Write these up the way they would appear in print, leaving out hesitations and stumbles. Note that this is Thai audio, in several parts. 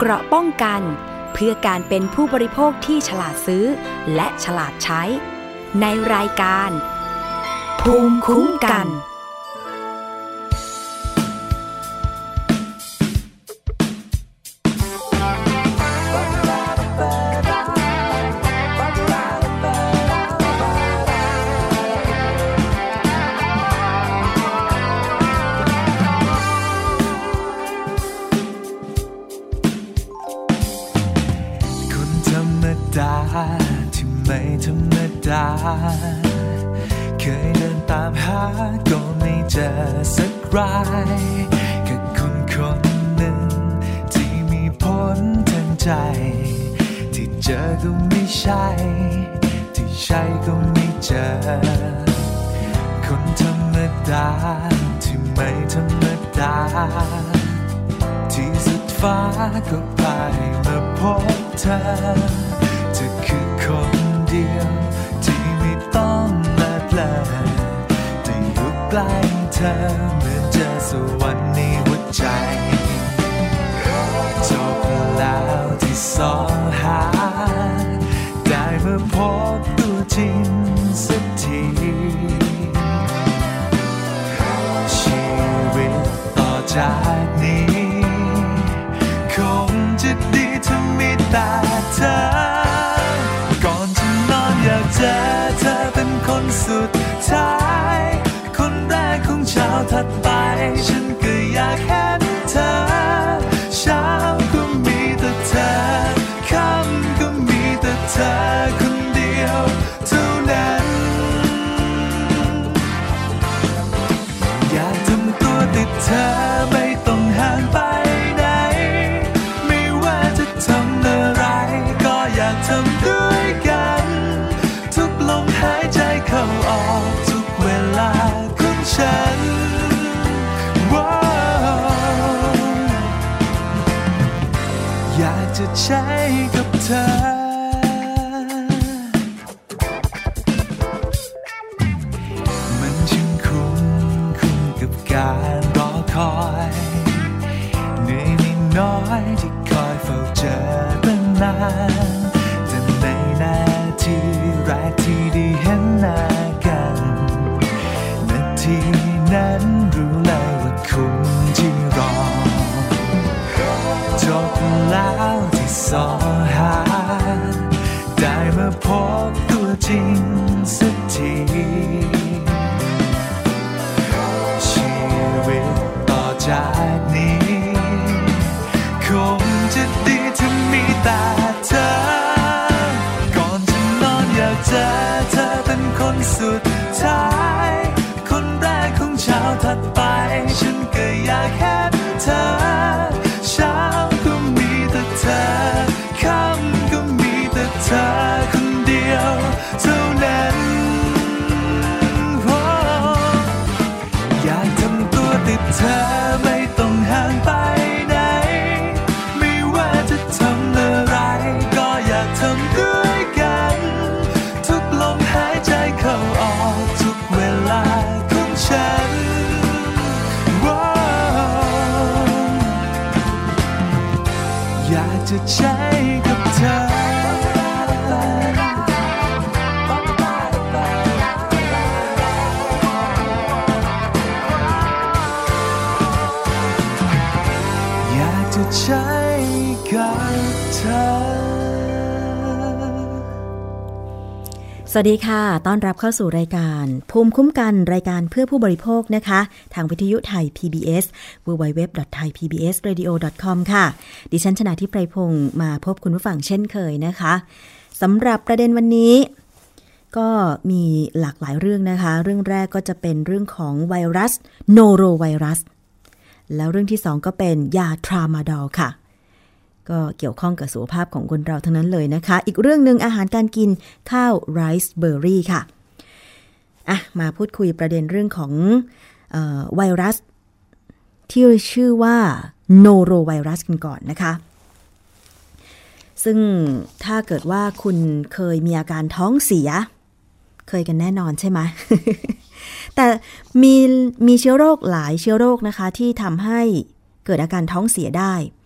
เกราะป้องกันเพื่อการเป็นผู้บริโภคที่ฉลาดซื้อและฉลาดใช้ในรายการภูมิคุ้มกันที่ไม่ธรรมดาเคยเดินตามหาก็ไม่เจอสักรายแค่คนคนหนึ่งที่มีผลทางใจที่เจอก็ไม่ใช่ที่ใช่ก็ไม่เจอคนธรรมดาที่ไม่ธรรมดาที่สุดฟ้าก็พาให้มาพบเธอคือคนเดียวที่ไม่ต้องแลบแต่อยู่ใกล้เธอเหมือนเจอสวรรค์ในหัวใจจบแล้วที่สอหาได้มาพบตัวจริงสักทีชีวิตต่อจากนี้คงจะดีถ้ามีแต่เธออยากเจอเธอเป็นคนสุดท้ายคนแรกของเช้าถัดไปฉันก็อยากเห็นเธอเช้าก็มีแต่เธอค่ำก็มีแต่เธอคนเดียวเท่านั้นอยากทำตัวติดเธอไม่ต้องห่างไปไหนไม่ว่าจะทำอะไรก็อยากทำด้วยกันลมหายใจเข้าออกทุกเวลาของฉันอยากจะใช้กับเธอมันช่างคุ้มกับการรอคอยเหนื่อยนิดน้อยที่คอยเฝ้าเจอตั้งนานแต่ในนาทีแรกที่ได้เห็นหน้ากันนาทีนั้นรู้เลยว่าคุ้มที่รอจบแล้วที่สอหาได้มาพบตัวจริงสักทีชีวิตต่อจากนี้คงจะดีถ้ามีแต่เธอเจอเธอเป็นคนสุดท้ายคนแรกของเช้าถัดไปฉันก็อยากเห็นเธอเช้าก็มีแต่เธอค่ำก็มีแต่เธอคนเดียวเท่านั้นอยากทำตัวติดเธอไม่ต้องห่างไปไหนไม่ว่าจะทำอะไรก็อยากทำด้วยกันลมหายใจเข้าออกทุกเวลาของฉันอยากจะใช้กับเธออยากจะใช้กับเธอสวัสดีค่ะต้อนรับเข้าสู่รายการภูมิคุ้มกันรายการเพื่อผู้บริโภคนะคะทางวิทยุไทย PBS www.thaipbsradio.com ค่ะดิฉันชนาธิปไพพงศ์มาพบคุณผู้ฟังเช่นเคยนะคะสำหรับประเด็นวันนี้ก็มีหลากหลายเรื่องนะคะเรื่องแรกก็จะเป็นเรื่องของไวรัสโนโรไวรัสแล้วเรื่องที่2ก็เป็นยาทรามาดอลค่ะก็เกี่ยวข้องกับสุขภาพของคนเราทั้งนั้นเลยนะคะอีกเรื่องนึงอาหารการกินข้าวไรซ์เบอร์รี่ค่ะมาพูดคุยประเด็นเรื่องของไวรัสที่ชื่อว่าโนโรไวรัสกันก่อนนะคะซึ่งถ้าเกิดว่าคุณเคยมีอาการท้องเสียเคยกันแน่นอนใช่ไหม แต่มีเชื้อโรคหลายเชื้อโรคนะคะที่ทำให้เกิดอาการท้องเสียได้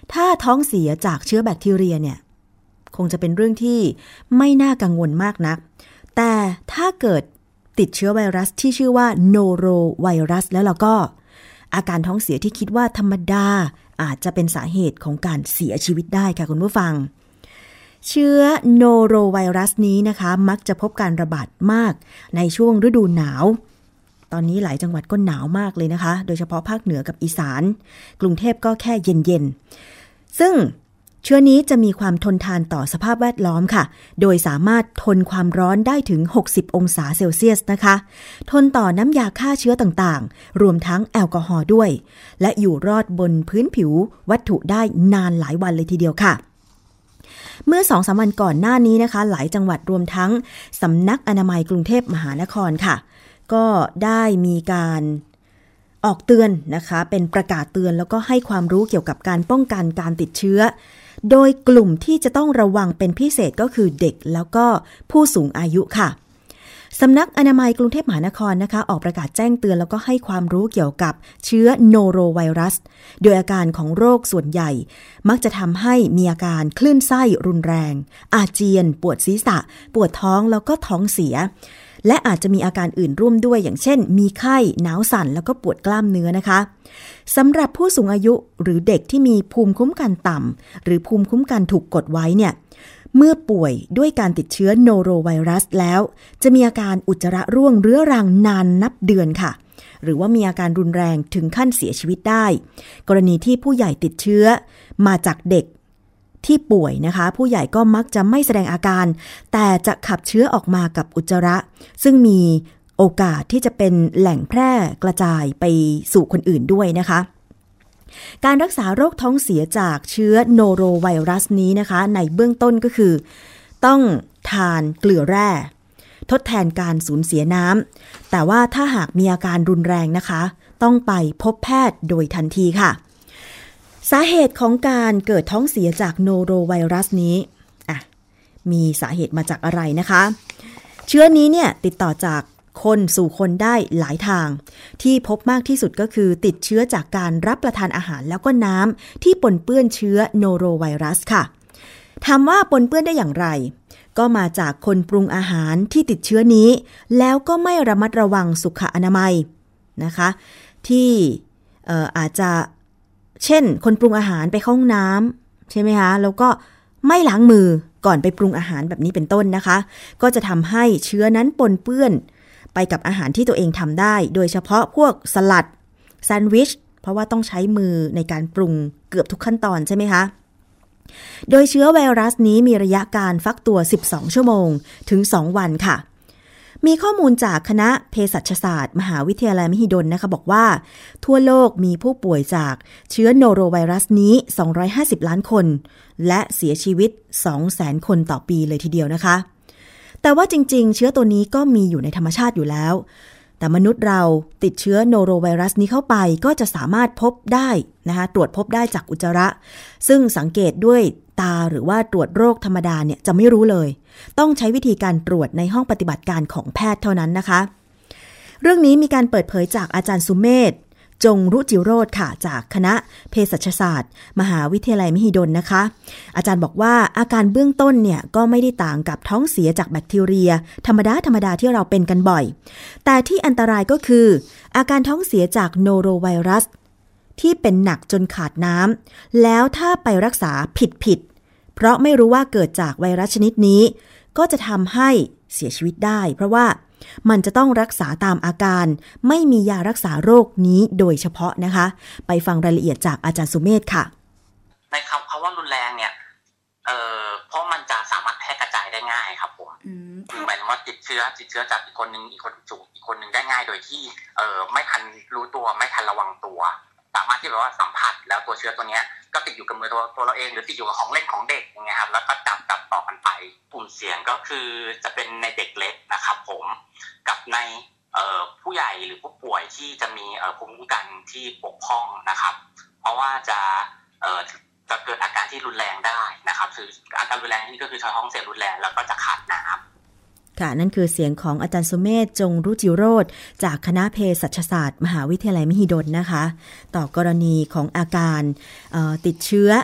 ถ้าท้องเสียจากเชื้อแบคทีเรียเนี่ยคงจะเป็นเรื่องที่ไม่น่ากังวลมากนักแต่ถ้าเกิดติดเชื้อไวรัสที่ชื่อว่าโนโรไวรัสแล้วเราก็อาการท้องเสียที่คิดว่าธรรมดาอาจจะเป็นสาเหตุของการเสียชีวิตได้ค่ะคุณผู้ฟังเชื้อโนโรไวรัสนี้นะคะมักจะพบการระบาดมากในช่วงฤดูหนาวตอนนี้หลายจังหวัดก็หนาวมากเลยนะคะโดยเฉพาะภาคเหนือกับอีสานกรุงเทพก็แค่เย็นๆซึ่งเชื้อนี้จะมีความทนทานต่อสภาพแวดล้อมค่ะโดยสามารถทนความร้อนได้ถึง60องศาเซลเซียสนะคะทนต่อน้ำยาฆ่าเชื้อต่างๆรวมทั้งแอลกอฮอล์ด้วยและอยู่รอดบนพื้นผิววัตถุได้นานหลายวันเลยทีเดียวค่ะเมื่อ 2-3 วันก่อนหน้านี้นะคะหลายจังหวัดรวมทั้งสำนักอนามัยกรุงเทพมหานครค่ะก็ได้มีการออกเตือนนะคะเป็นประกาศเตือนแล้วก็ให้ความรู้เกี่ยวกับการป้องกันการติดเชื้อโดยกลุ่มที่จะต้องระวังเป็นพิเศษก็คือเด็กแล้วก็ผู้สูงอายุค่ะสำนักอนามัยกรุงเทพมหานครนะคะออกประกาศแจ้งเตือนแล้วก็ให้ความรู้เกี่ยวกับเชื้อโนโรไวรัสโดยอาการของโรคส่วนใหญ่มักจะทำให้มีอาการคลื่นไส้รุนแรงอาเจียนปวดศีรษะปวดท้องแล้วก็ท้องเสียและอาจจะมีอาการอื่นร่วมด้วยอย่างเช่นมีไข้หนาวสั่นแล้วก็ปวดกล้ามเนื้อนะคะสำหรับผู้สูงอายุหรือเด็กที่มีภูมิคุ้มกันต่ำหรือภูมิคุ้มกันถูกกดไว้เนี่ยเมื่อป่วยด้วยการติดเชื้อโนโรไวรัสแล้วจะมีอาการอุจจาระร่วงเรื้อรังนานนับเดือนค่ะหรือว่ามีอาการรุนแรงถึงขั้นเสียชีวิตได้กรณีที่ผู้ใหญ่ติดเชื้อมาจากเด็กที่ป่วยนะคะผู้ใหญ่ก็มักจะไม่แสดงอาการแต่จะขับเชื้อออกมากับอุจจาระซึ่งมีโอกาสที่จะเป็นแหล่งแพร่กระจายไปสู่คนอื่นด้วยนะคะการรักษาโรคท้องเสียจากเชื้อโนโรไวรัสนี้นะคะในเบื้องต้นก็คือต้องทานเกลือแร่ทดแทนการสูญเสียน้ำแต่ว่าถ้าหากมีอาการรุนแรงนะคะต้องไปพบแพทย์โดยทันทีค่ะสาเหตุของการเกิดท้องเสียจากโนโรไวรัสนี้มีสาเหตุมาจากอะไรนะคะเชื้อนี้เนี่ยติดต่อจากคนสู่คนได้หลายทางที่พบมากที่สุดก็คือติดเชื้อจากการรับประทานอาหารแล้วก็น้ำที่ปนเปื้อนเชื้อโนโรไวรัสค่ะถามว่าปนเปื้อนได้อย่างไรก็มาจากคนปรุงอาหารที่ติดเชื้อนี้แล้วก็ไม่ระมัดระวังสุขอนามัยนะคะที่อาจจะเช่นคนปรุงอาหารไปเข้าห้องน้ำใช่ไหมคะแล้วก็ไม่ล้างมือก่อนไปปรุงอาหารแบบนี้เป็นต้นนะคะก็จะทำให้เชื้อนั้นปนเปื้อนไปกับอาหารที่ตัวเองทำได้โดยเฉพาะพวกสลัดแซนด์วิชเพราะว่าต้องใช้มือในการปรุงเกือบทุกขั้นตอนใช่ไหมคะโดยเชื้อไวรัสนี้มีระยะการฟักตัว12ชั่วโมงถึง2วันค่ะมีข้อมูลจากคณะเภสัชศาสตร์มหาวิทยาลัยมหิดลนะคะบอกว่าทั่วโลกมีผู้ป่วยจากเชื้อโนโรไวรัสนี้250ล้านคนและเสียชีวิต 200,000 คนต่อปีเลยทีเดียวนะคะแต่ว่าจริงๆเชื้อตัวนี้ก็มีอยู่ในธรรมชาติอยู่แล้วแต่มนุษย์เราติดเชื้อโนโรไวรัสนี้เข้าไปก็จะสามารถพบได้นะคะตรวจพบได้จากอุจจาระซึ่งสังเกตด้วยตาหรือว่าตรวจโรคธรรมดาเนี่ยจะไม่รู้เลยต้องใช้วิธีการตรวจในห้องปฏิบัติการของแพทย์เท่านั้นนะคะเรื่องนี้มีการเปิดเผยจากอาจารย์สุเมธจงรุจิโรจน์ค่ะจากคณะเภสัชศาสตร์มหาวิทยาลัยมหิดลนะคะอาจารย์บอกว่าอาการเบื้องต้นเนี่ยก็ไม่ได้ต่างกับท้องเสียจากแบคทีเรียธรรมดาที่เราเป็นกันบ่อยแต่ที่อันตรายก็คืออาการท้องเสียจากโนโรไวรัสที่เป็นหนักจนขาดน้ำแล้วถ้าไปรักษาผิดเพราะไม่รู้ว่าเกิดจากไวรัสชนิดนี้ก็จะทำให้เสียชีวิตได้เพราะว่ามันจะต้องรักษาตามอาการไม่มียารักษาโรคนี้โดยเฉพาะนะคะไปฟังรายละเอียดจากอาจารย์สุเมธค่ะในคำว่ารุนแรงเนี่ยเพราะมันจะสามารถแพร่กระจายได้ง่ายครับผมคือหมายถึงว่าติดเชื้อจากอีกคนนึงอีกคนนึงได้ง่ายโดยที่ไม่ทันรู้ตัวไม่ทันระวังตัวสามารถที่แบบว่าสัมผัสแล้วตัวเชื้อตัวเนี้ยก็ติดอยู่กับมือตัวเราเองหรือติดอยู่กับของเล่นของเด็กอย่างเงี้ยครับแล้วก็จับต่อกันไปกลุ่มเสี่ยงก็คือจะเป็นในเด็กเล็กนะครับผมกับในผู้ใหญ่หรือผู้ป่วยที่จะมีภูมิคุ้มกันที่บกพร่องนะครับเพราะว่าจะเกิดอาการที่รุนแรงได้นะครับคืออาการรุนแรงนี่ก็คือท้องเสียรุนแรงแล้วก็จะขาดน้ำค่ะนั่นคือเสียงของอาจารย์สุเมธจงรุจิโรจน์จากคณะเภสัชศาสตร์มหาวิทยาลัยมหิดลนะคะต่อกรณีของอาการติดเชื้อ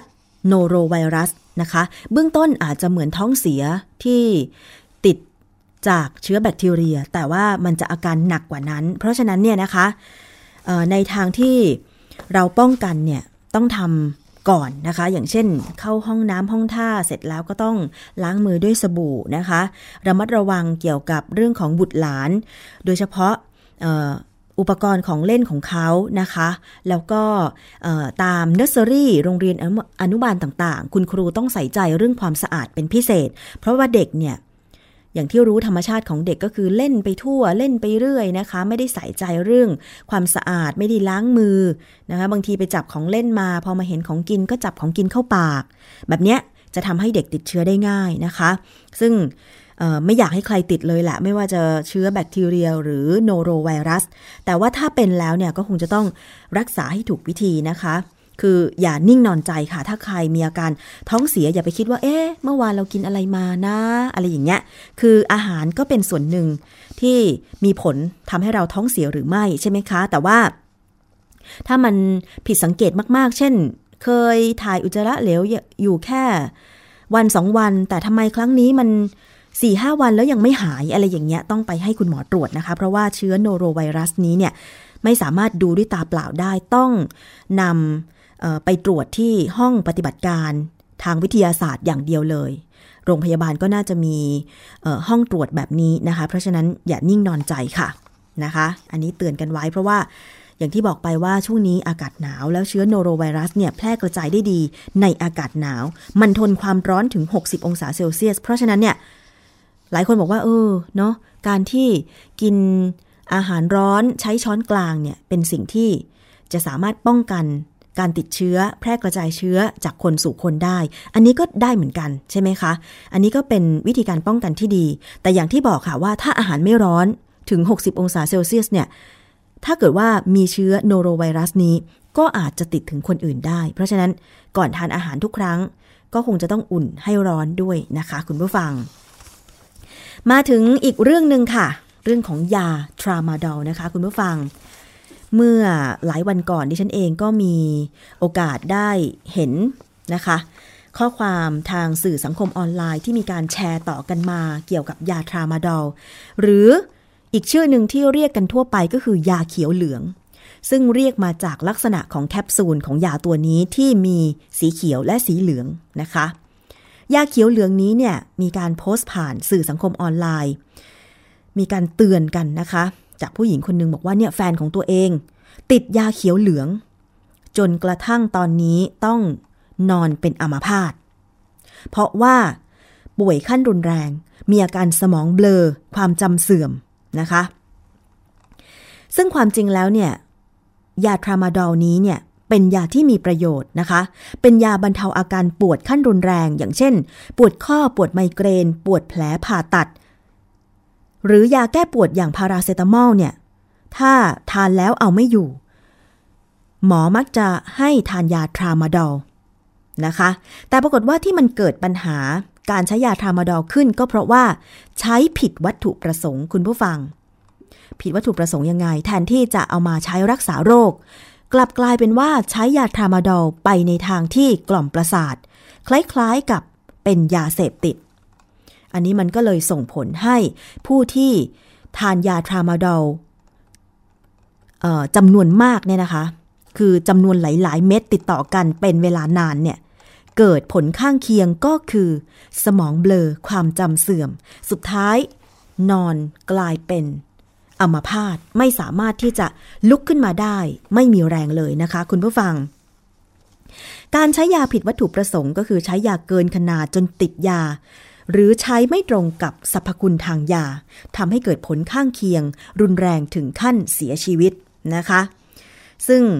โนโรไวรัสนะคะเบื้องต้นอาจจะเหมือนท้องเสียที่ติดจากเชื้อแบคทีเรียแต่ว่ามันจะอาการหนักกว่านั้นเพราะฉะนั้นเนี่ยนะคะในทางที่เราป้องกันเนี่ยต้องทำก่อนนะคะอย่างเช่นเข้าห้องน้ำห้องท่าเสร็จแล้วก็ต้องล้างมือด้วยสบู่นะคะระมัดระวังเกี่ยวกับเรื่องของบุตรหลานโดยเฉพาะอุปกรณ์ของเล่นของเขานะคะแล้วก็ตามเนอร์เซอรี่โรงเรียนอนุบาลต่างๆคุณครูต้องใส่ใจเรื่องความสะอาดเป็นพิเศษเพราะว่าเด็กเนี่ยอย่างที่รู้ธรรมชาติของเด็กก็คือเล่นไปทั่วเล่นไปเรื่อยนะคะไม่ได้ใส่ใจเรื่องความสะอาดไม่ได้ล้างมือนะคะบางทีไปจับของเล่นมาพอมาเห็นของกินก็จับของกินเข้าปากแบบเนี้ยจะทำให้เด็กติดเชื้อได้ง่ายนะคะซึ่งไม่อยากให้ใครติดเลยแหละไม่ว่าจะเชื้อแบคทีเรียหรือโนโรไวรัสแต่ว่าถ้าเป็นแล้วเนี่ยก็คงจะต้องรักษาให้ถูกวิธีนะคะคืออย่านิ่งนอนใจค่ะถ้าใครมีอาการท้องเสียอย่าไปคิดว่าเมื่อวานเรากินอะไรมานะอะไรอย่างเงี้ยคืออาหารก็เป็นส่วนหนึ่งที่มีผลทำให้เราท้องเสียหรือไม่ใช่ไหมคะแต่ว่าถ้ามันผิดสังเกตมากๆเช่นเคยถ่ายอุจจาระเหลวอยู่แค่วัน2วันแต่ทำไมครั้งนี้มัน 4-5 วันแล้วยังไม่หายอะไรอย่างเงี้ยต้องไปให้คุณหมอตรวจนะคะเพราะว่าเชื้อโนโรไวรัสนี้เนี่ยไม่สามารถดูด้วยตาเปล่าได้ต้องนำไปตรวจที่ห้องปฏิบัติการทางวิทยาศาสตร์อย่างเดียวเลยโรงพยาบาลก็น่าจะมีห้องตรวจแบบนี้นะคะเพราะฉะนั้นอย่านิ่งนอนใจค่ะนะคะอันนี้เตือนกันไว้เพราะว่าอย่างที่บอกไปว่าช่วงนี้อากาศหนาวแล้วเชื้อโนโรไวรัสเนี่ยแพร่กระจายได้ดีในอากาศหนาวมันทนความร้อนถึง60องศาเซลเซียสเพราะฉะนั้นเนี่ยหลายคนบอกว่าเนาะการที่กินอาหารร้อนใช้ช้อนกลางเนี่ยเป็นสิ่งที่จะสามารถป้องกันการติดเชื้อแพร่กระจายเชื้อจากคนสู่คนได้อันนี้ก็ได้เหมือนกันใช่ไหมคะอันนี้ก็เป็นวิธีการป้องกันที่ดีแต่อย่างที่บอกค่ะว่าถ้าอาหารไม่ร้อนถึง60องศาเซลเซียสเนี่ยถ้าเกิดว่ามีเชื้อโนโรไวรัสนี้ก็อาจจะติดถึงคนอื่นได้เพราะฉะนั้นก่อนทานอาหารทุกครั้งก็คงจะต้องอุ่นให้ร้อนด้วยนะคะคุณผู้ฟังมาถึงอีกเรื่องนึงค่ะเรื่องของยาทรามาดอลนะคะคุณผู้ฟังเมื่อหลายวันก่อนดิฉันเองก็มีโอกาสได้เห็นนะคะข้อความทางสื่อสังคมออนไลน์ที่มีการแชร์ต่อกันมาเกี่ยวกับยาทรามาดอลหรืออีกชื่อหนึ่งที่เรียกกันทั่วไปก็คือยาเขียวเหลืองซึ่งเรียกมาจากลักษณะของแคปซูลของยาตัวนี้ที่มีสีเขียวและสีเหลืองนะคะยาเขียวเหลืองนี้เนี่ยมีการโพสต์ผ่านสื่อสังคมออนไลน์มีการเตือนกันนะคะจากผู้หญิงคนนึงบอกว่าเนี่ยแฟนของตัวเองติดยาเขียวเหลืองจนกระทั่งตอนนี้ต้องนอนเป็นอัมพาตเพราะว่าป่วยขั้นรุนแรงมีอาการสมองเบลอความจำเสื่อมนะคะซึ่งความจริงแล้วเนี่ยยาทรามาดอลนี้เนี่ยเป็นยาที่มีประโยชน์นะคะเป็นยาบรรเทาอาการปวดขั้นรุนแรงอย่างเช่นปวดข้อปวดไมเกรนปวดแผลผ่าตัดหรือยาแก้ปวดอย่างพาราเซตามอลเนี่ยถ้าทานแล้วเอาไม่อยู่หมอมักจะให้ทานยาทรามาดอลนะคะแต่ปรากฏว่าที่มันเกิดปัญหาการใช้ยาทรามาดอลขึ้นก็เพราะว่าใช้ผิดวัตถุประสงค์คุณผู้ฟังผิดวัตถุประสงค์ยังไงแทนที่จะเอามาใช้รักษาโรคกลับกลายเป็นว่าใช้ยาทรามาดอลไปในทางที่กล่อมประสาทคล้ายๆกับเป็นยาเสพติดอันนี้มันก็เลยส่งผลให้ผู้ที่ทานยาทรามาดอลจำนวนมากเนี่ยนะคะคือจำนวนหลายๆเม็ดติดต่อกันเป็นเวลานานเนี่ยเกิดผลข้างเคียงก็คือสมองเบลอความจำเสื่อมสุดท้ายนอนกลายเป็นอัมพาตไม่สามารถที่จะลุกขึ้นมาได้ไม่มีแรงเลยนะคะคุณผู้ฟังการใช้ยาผิดวัตถุประสงค์ก็คือใช้ยาเกินขนาดจนติดยาหรือใช้ไม่ตรงกับสรรพคุณทางยาทำให้เกิดผลข้างเคียงรุนแรงถึงขั้นเสียชีวิตนะคะซึ่ง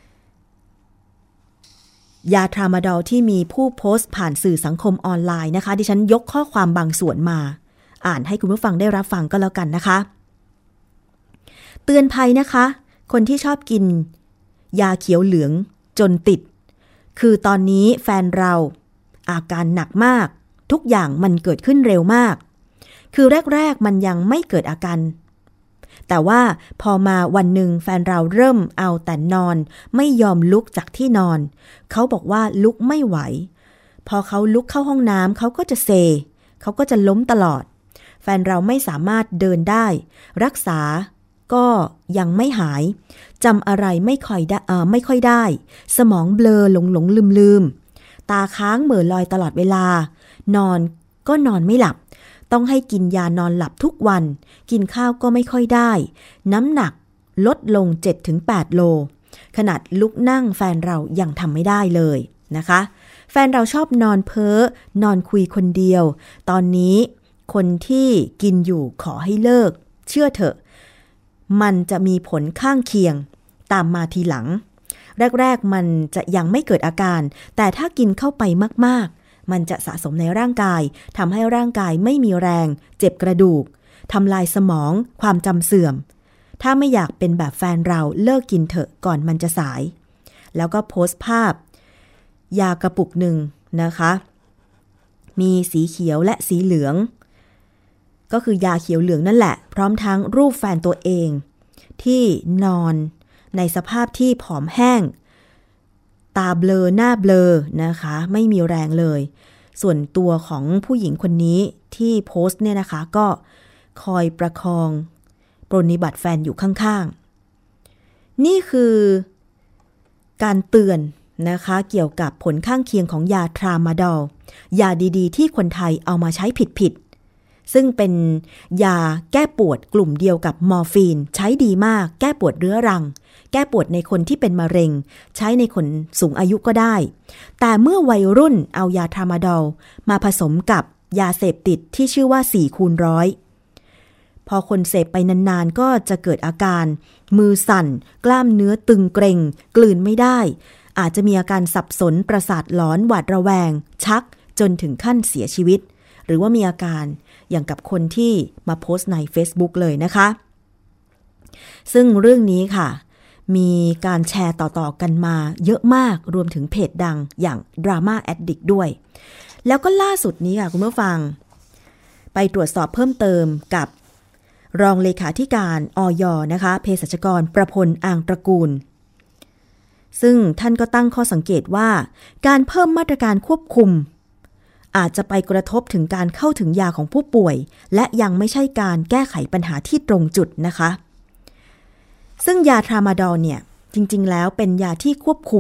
ยาทรามาดอลที่มีผู้โพสต์ผ่านสื่อสังคมออนไลน์นะคะดิฉันยกข้อความบางส่วนมาอ่านให้คุณผู้ฟังได้รับฟังก็แล้วกันนะคะเตือนภัยนะคะคนที่ชอบกินยาเขียวเหลืองจนติดคือตอนนี้แฟนเราอาการหนักมากทุกอย่างมันเกิดขึ้นเร็วมากคือแรกๆมันยังไม่เกิดอาการแต่ว่าพอมาวันหนึ่งแฟนเราเริ่มเอาแต่นอนไม่ยอมลุกจากที่นอนเขาบอกว่าลุกไม่ไหวพอเขาลุกเข้าห้องน้ำเขาก็จะเซเขาก็จะล้มตลอดแฟนเราไม่สามารถเดินได้รักษาก็ยังไม่หายจำอะไรไม่ค่อยได้สมองเบลอหลงลืมตาค้างเหม่อลอยตลอดเวลานอนก็นอนไม่หลับต้องให้กินยานอนหลับทุกวันกินข้าวก็ไม่ค่อยได้น้ำหนักลดลง 7-8 โลขนาดลุกนั่งแฟนเรายังทำไม่ได้เลยนะคะแฟนเราชอบนอนเพ้อนอนคุยคนเดียวตอนนี้คนที่กินอยู่ขอให้เลิกเชื่อเถอะมันจะมีผลข้างเคียงตามมาทีหลังแรกๆมันจะยังไม่เกิดอาการแต่ถ้ากินเข้าไปมากๆมันจะสะสมในร่างกายทำให้ร่างกายไม่มีแรงเจ็บกระดูกทำลายสมองความจำเสื่อมถ้าไม่อยากเป็นแบบแฟนเราเลิกกินเถอะก่อนมันจะสายแล้วก็โพสต์ภาพยากระปุกหนึ่งนะคะมีสีเขียวและสีเหลืองก็คือยาเขียวเหลืองนั่นแหละพร้อมทั้งรูปแฟนตัวเองที่นอนในสภาพที่ผอมแห้งตาเบลอหน้าเบลอนะคะไม่มีแรงเลยส่วนตัวของผู้หญิงคนนี้ที่โพสต์เนี่ยนะคะก็คอยประคองปรนนิบัติแฟนอยู่ข้างๆนี่คือการเตือนนะคะเกี่ยวกับผลข้างเคียงของยาทรามาดอลยาดีๆที่คนไทยเอามาใช้ผิดซึ่งเป็นยาแก้ปวดกลุ่มเดียวกับมอร์ฟีนใช้ดีมากแก้ปวดเรื้อรังแก้ปวดในคนที่เป็นมะเร็งใช้ในคนสูงอายุก็ได้แต่เมื่อวัยรุ่นเอายาทรามาดอลมาผสมกับยาเสพติดที่ชื่อว่า4x100พอคนเสพไปนานๆก็จะเกิดอาการมือสั่นกล้ามเนื้อตึงเกร็งกลืนไม่ได้อาจจะมีอาการสับสนประสาทหลอนหวาดระแวงชักจนถึงขั้นเสียชีวิตหรือว่ามีอาการอย่างกับคนที่มาโพสต์ใน Facebook เลยนะคะซึ่งเรื่องนี้ค่ะมีการแชร์ต่อๆกันมาเยอะมากรวมถึงเพจดังอย่าง Drama Addict ด้วยแล้วก็ล่าสุดนี้ค่ะคุณผู้ฟังไปตรวจสอบเพิ่มเติมกับรองเลขาธิการอย.นะคะเภสัชกรประพลอ่างตระกูลซึ่งท่านก็ตั้งข้อสังเกตว่าการเพิ่มมาตรการควบคุมอาจจะไปกระทบถึงการเข้าถึงยาของผู้ป่วยและยังไม่ใช่การแก้ไขปัญหาที่ตรงจุดนะคะซึ่งยาทรามาดอลเนี่ยจริงๆแล้วเป็นยาที่ควบคุม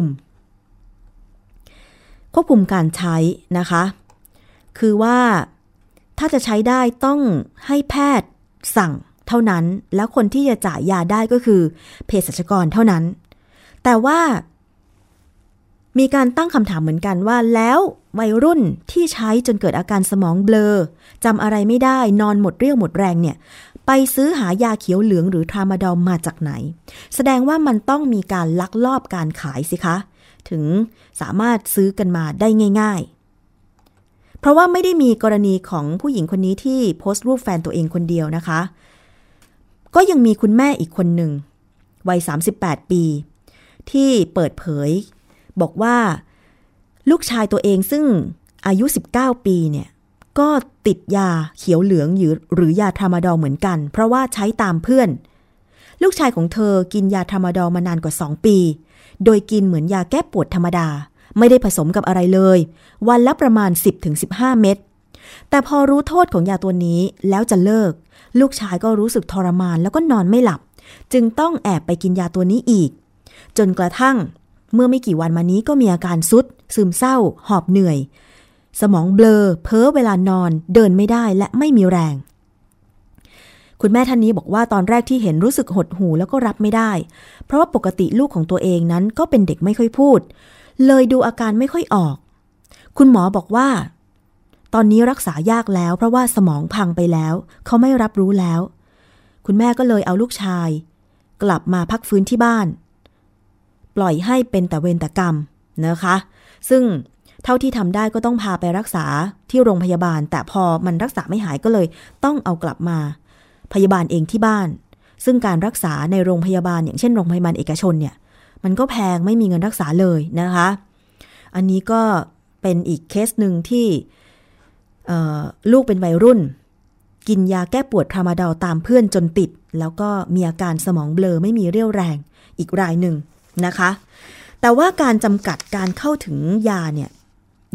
การใช้นะคะคือว่าถ้าจะใช้ได้ต้องให้แพทย์สั่งเท่านั้นแล้วคนที่จะจ่ายยาได้ก็คือเภสัชกรเท่านั้นแต่ว่ามีการตั้งคำถามเหมือนกันว่าแล้ววัยรุ่นที่ใช้จนเกิดอาการสมองเบลอจำอะไรไม่ได้นอนหมดเรี่ยวหมดแรงเนี่ยไปซื้อหายาเขียวเหลืองหรือทรามาดอลมาจากไหนแสดงว่ามันต้องมีการลักลอบการขายสิคะถึงสามารถซื้อกันมาได้ง่ายๆเพราะว่าไม่ได้มีกรณีของผู้หญิงคนนี้ที่โพสต์รูปแฟนตัวเองคนเดียวนะคะก็ยังมีคุณแม่อีกคนหนึ่งวัย38ปีที่เปิดเผยบอกว่าลูกชายตัวเองซึ่งอายุ19ปีเนี่ยก็ติดยาเขียวเหลืองหรือยาทรามาดอลเหมือนกันเพราะว่าใช้ตามเพื่อนลูกชายของเธอกินยาทรามาดอลมานานกว่า2ปีโดยกินเหมือนยาแก้ปวดธรรมดาไม่ได้ผสมกับอะไรเลยวันละประมาณ 10-15 เม็ดแต่พอรู้โทษของยาตัวนี้แล้วจะเลิกลูกชายก็รู้สึกทรมานแล้วก็นอนไม่หลับจึงต้องแอบไปกินยาตัวนี้อีกจนกระทั่งเมื่อไม่กี่วันมานี้ก็มีอาการทรุดซึมเศร้าหอบเหนื่อยสมองเบลอเพ้อเวลานอนเดินไม่ได้และไม่มีแรงคุณแม่ท่านนี้บอกว่าตอนแรกที่เห็นรู้สึกหดหู่แล้วก็รับไม่ได้เพราะว่าปกติลูกของตัวเองนั้นก็เป็นเด็กไม่ค่อยพูดเลยดูอาการไม่ค่อยออกคุณหมอบอกว่าตอนนี้รักษายากแล้วเพราะว่าสมองพังไปแล้วเขาไม่รับรู้แล้วคุณแม่ก็เลยเอาลูกชายกลับมาพักฟื้นที่บ้านปล่อยให้เป็นแต่เวรแต่กรรมนะคะซึ่งเท่าที่ทำได้ก็ต้องพาไปรักษาที่โรงพยาบาลแต่พอมันรักษาไม่หายก็เลยต้องเอากลับมาพยาบาลเองที่บ้านซึ่งการรักษาในโรงพยาบาลอย่างเช่นโรงพยาบาลเอกชนเนี่ยมันก็แพงไม่มีเงินรักษาเลยนะคะอันนี้ก็เป็นอีกเคสหนึ่งที่ลูกเป็นวัยรุ่นกินยาแก้ปวดทรามาดอลตามเพื่อนจนติดแล้วก็มีอาการสมองเบลอไม่มีเรี่ยวแรงอีกรายหนึ่งนะคะแต่ว่าการจำกัดการเข้าถึงยาเนี่ย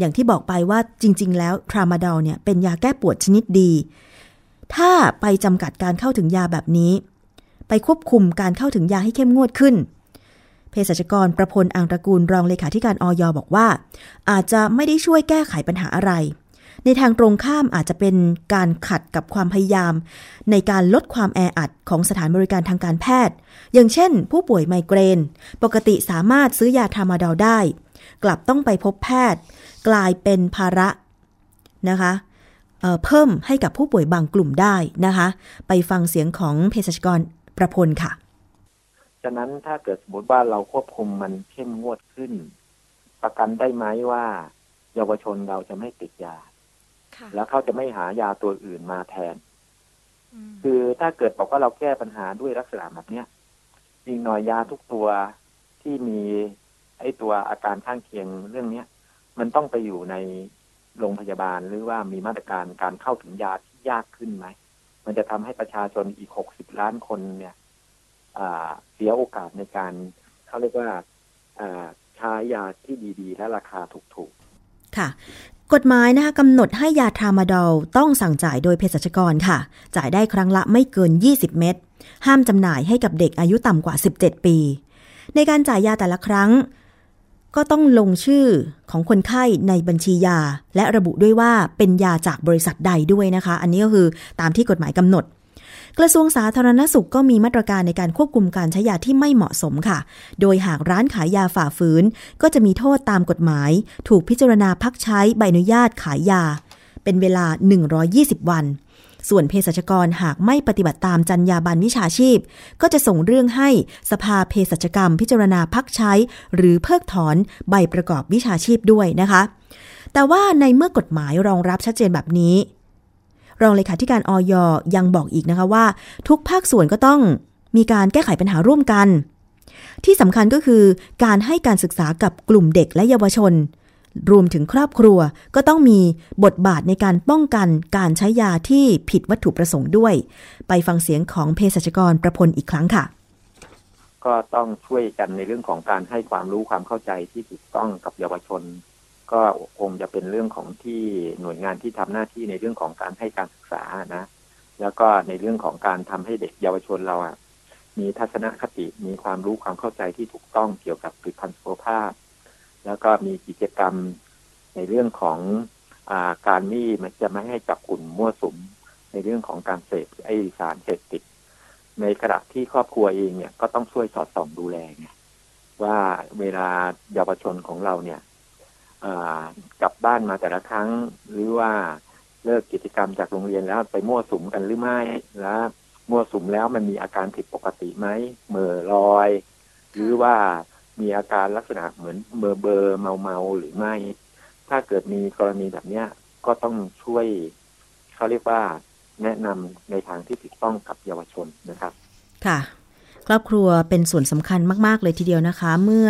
อย่างที่บอกไปว่าจริงๆแล้วทรามาดอลเนี่ยเป็นยาแก้ปวดชนิดดีถ้าไปจำกัดการเข้าถึงยาแบบนี้ไปควบคุมการเข้าถึงยาให้เข้มงวดขึ้นเภสัชกรประพล อังตระกูลรองเลขาธิการอย.บอกว่าอาจจะไม่ได้ช่วยแก้ไขปัญหาอะไรในทางตรงข้ามอาจจะเป็นการขัดกับความพยายามในการลดความแออัดของสถานบริการทางการแพทย์อย่างเช่นผู้ป่วยไมเกรนปกติสามารถซื้อยาทรามาดอลได้กลับต้องไปพบแพทย์กลายเป็นภาระนะคะเพิ่มให้กับผู้ป่วยบางกลุ่มได้นะคะไปฟังเสียงของเภสัชกรประพลค่ะฉะนั้นถ้าเกิดสมมติว่าเราควบคุมมันเข้มงวดขึ้นประกันได้ไหมว่าเยาวชนเราจะไม่ติดยาแล้วเขาจะไม่หายาตัวอื่นมาแทนคือถ้าเกิดบอกว่าเราแก้ปัญหาด้วยลักษณะแบบนี้จริงหน่อยยาทุกตัวที่มีไอ้ตัวอาการข้างเคียงเรื่องนี้มันต้องไปอยู่ในโรงพยาบาลหรือว่ามีมาตรการการเข้าถึงยาที่ยากขึ้นไหมมันจะทำให้ประชาชนอีก60 ล้านคนเนี่ยเสียโอกาสในการเขาเรียกว่าใช้ยาที่ดีๆและราคาถูกๆค่ะกฎหมายนะคะกำหนดให้ยาทรามาดอลต้องสั่งจ่ายโดยเภสัชกรค่ะจ่ายได้ครั้งละไม่เกิน20เม็ดห้ามจำหน่ายให้กับเด็กอายุต่ำกว่า17ปีในการจ่ายยาแต่ละครั้งก็ต้องลงชื่อของคนไข้ในบัญชียาและระบุด้วยว่าเป็นยาจากบริษัทใดด้วยนะคะอันนี้ก็คือตามที่กฎหมายกำหนดกระทรวงสาธารณสุขก็มีมาตรการในการควบคุมการใช้ยาที่ไม่เหมาะสมค่ะโดยหากร้านขายยาฝ่าฝืนก็จะมีโทษตามกฎหมายถูกพิจารณาพักใช้ใบอนุญาตขายยาเป็นเวลา120วันส่วนเภสัชกรหากไม่ปฏิบัติตามจรรยาบรรณวิชาชีพก็จะส่งเรื่องให้สภาเภสัชกรรมพิจารณาพักใช้หรือเพิกถอนใบประกอบวิชาชีพด้วยนะคะแต่ว่าในเมื่อกฎหมายรองรับชัดเจนแบบนี้รองเลขาธิการอย.ยังบอกอีกนะคะว่าทุกภาคส่วนก็ต้องมีการแก้ไขปัญหาร่วมกันที่สำคัญก็คือการให้การศึกษากับกลุ่มเด็กและเยาวชนรวมถึงครอบครัวก็ต้องมีบทบาทในการป้องกันการใช้ยาที่ผิดวัตถุประสงค์ด้วยไปฟังเสียงของเภสัชกรประพลอีกครั้งค่ะก็ต้องช่วยกันในเรื่องของการให้ความรู้ความเข้าใจที่ถูกต้องกับเยาวชนก็คงจะเป็นเรื่องของที่หน่วยงานที่ทำหน้าที่ในเรื่องของการให้การศึกษานะแล้วก็ในเรื่องของการทำให้เด็กเยาวชนเรามีทัศนคติมีความรู้ความเข้าใจที่ถูกต้องเกี่ยวกับผลิตภัณฑ์สุขภาพแล้วก็มีกิจกรรมในเรื่องของการนี่มันจะไม่ให้จับกลุ่มมั่วสุมในเรื่องของการเสพไอสารเสพติดในขณะที่ครอบครัวเองเนี่ยก็ต้องช่วยสอดส่องดูแลไงว่าเวลาเยาวชนของเราเนี่ยกลับบ้านมาแต่ละครั้งหรือว่าเลิกกิจกรรมจากโรงเรียนแล้วไปมั่วสุมกันหรือไม่แล้วมั่วสุมแล้วมันมีอาการผิดปกติไหมเหม่อลอยหรือว่ามีอาการลักษณะเหมือนเบอร์เมาหรือไม่ถ้าเกิดมีกรณีแบบนี้ก็ต้องช่วยเขาเรียกว่าแนะนำในทางที่ถูกต้องกับเยาวชนนะครับค่ะครอบครัวเป็นส่วนสำคัญมากๆเลยทีเดียวนะคะเมื่อ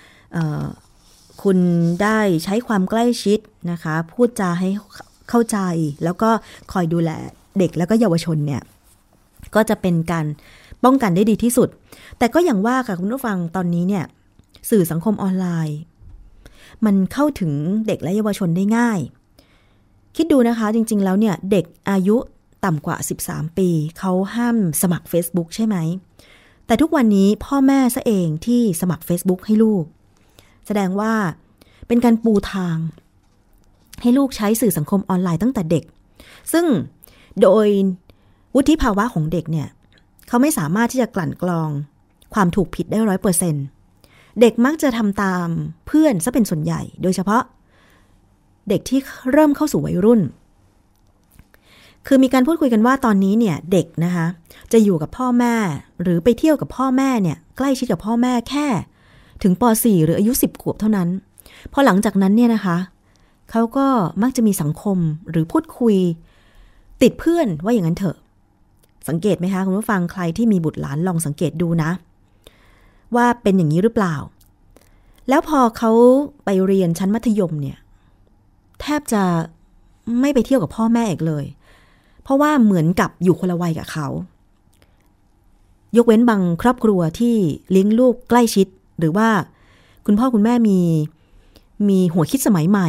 คุณได้ใช้ความใกล้ชิดนะคะพูดจาให้เข้าใจแล้วก็คอยดูแลเด็กแล้วก็เยาวชนเนี่ยก็จะเป็นการป้องกันได้ดีที่สุดแต่ก็อย่างว่าค่ะคุณผู้ฟังตอนนี้เนี่ยสื่อสังคมออนไลน์มันเข้าถึงเด็กและเยาวชนได้ง่ายคิดดูนะคะจริงๆแล้วเนี่ยเด็กอายุต่ำกว่า13ปีเขาห้ามสมัคร Facebook ใช่ไหมแต่ทุกวันนี้พ่อแม่ซะเองที่สมัคร Facebook ให้ลูกแสดงว่าเป็นการปูทางให้ลูกใช้สื่อสังคมออนไลน์ตั้งแต่เด็กซึ่งโดยวุฒิภาวะของเด็กเนี่ยเขาไม่สามารถที่จะกลั่นกรองความถูกผิดได้ 100%เด็กมักจะทำตามเพื่อนซะเป็นส่วนใหญ่โดยเฉพาะเด็กที่เริ่มเข้าสู่วัยรุ่นคือมีการพูดคุยกันว่าตอนนี้เนี่ยเด็กนะคะจะอยู่กับพ่อแม่หรือไปเที่ยวกับพ่อแม่เนี่ยใกล้ชิดกับพ่อแม่แค่ถึงป.4 หรืออายุ10 ขวบเท่านั้นพอหลังจากนั้นเนี่ยนะคะเขาก็มักจะมีสังคมหรือพูดคุยติดเพื่อนว่าอย่างนั้นเถอะสังเกตไหมคะคุณผู้ฟังใครที่มีบุตรหลานลองสังเกตดูนะว่าเป็นอย่างนี้หรือเปล่าแล้วพอเขาไปเรียนชั้นมัธยมเนี่ยแทบจะไม่ไปเที่ยวกับพ่อแม่อีกเลยเพราะว่าเหมือนกับอยู่คนละวัยกับเขายกเว้นบางครอบครัวที่เลี้ยงลูกใกล้ชิดหรือว่าคุณพ่อคุณแม่มีหัวคิดสมัยใหม่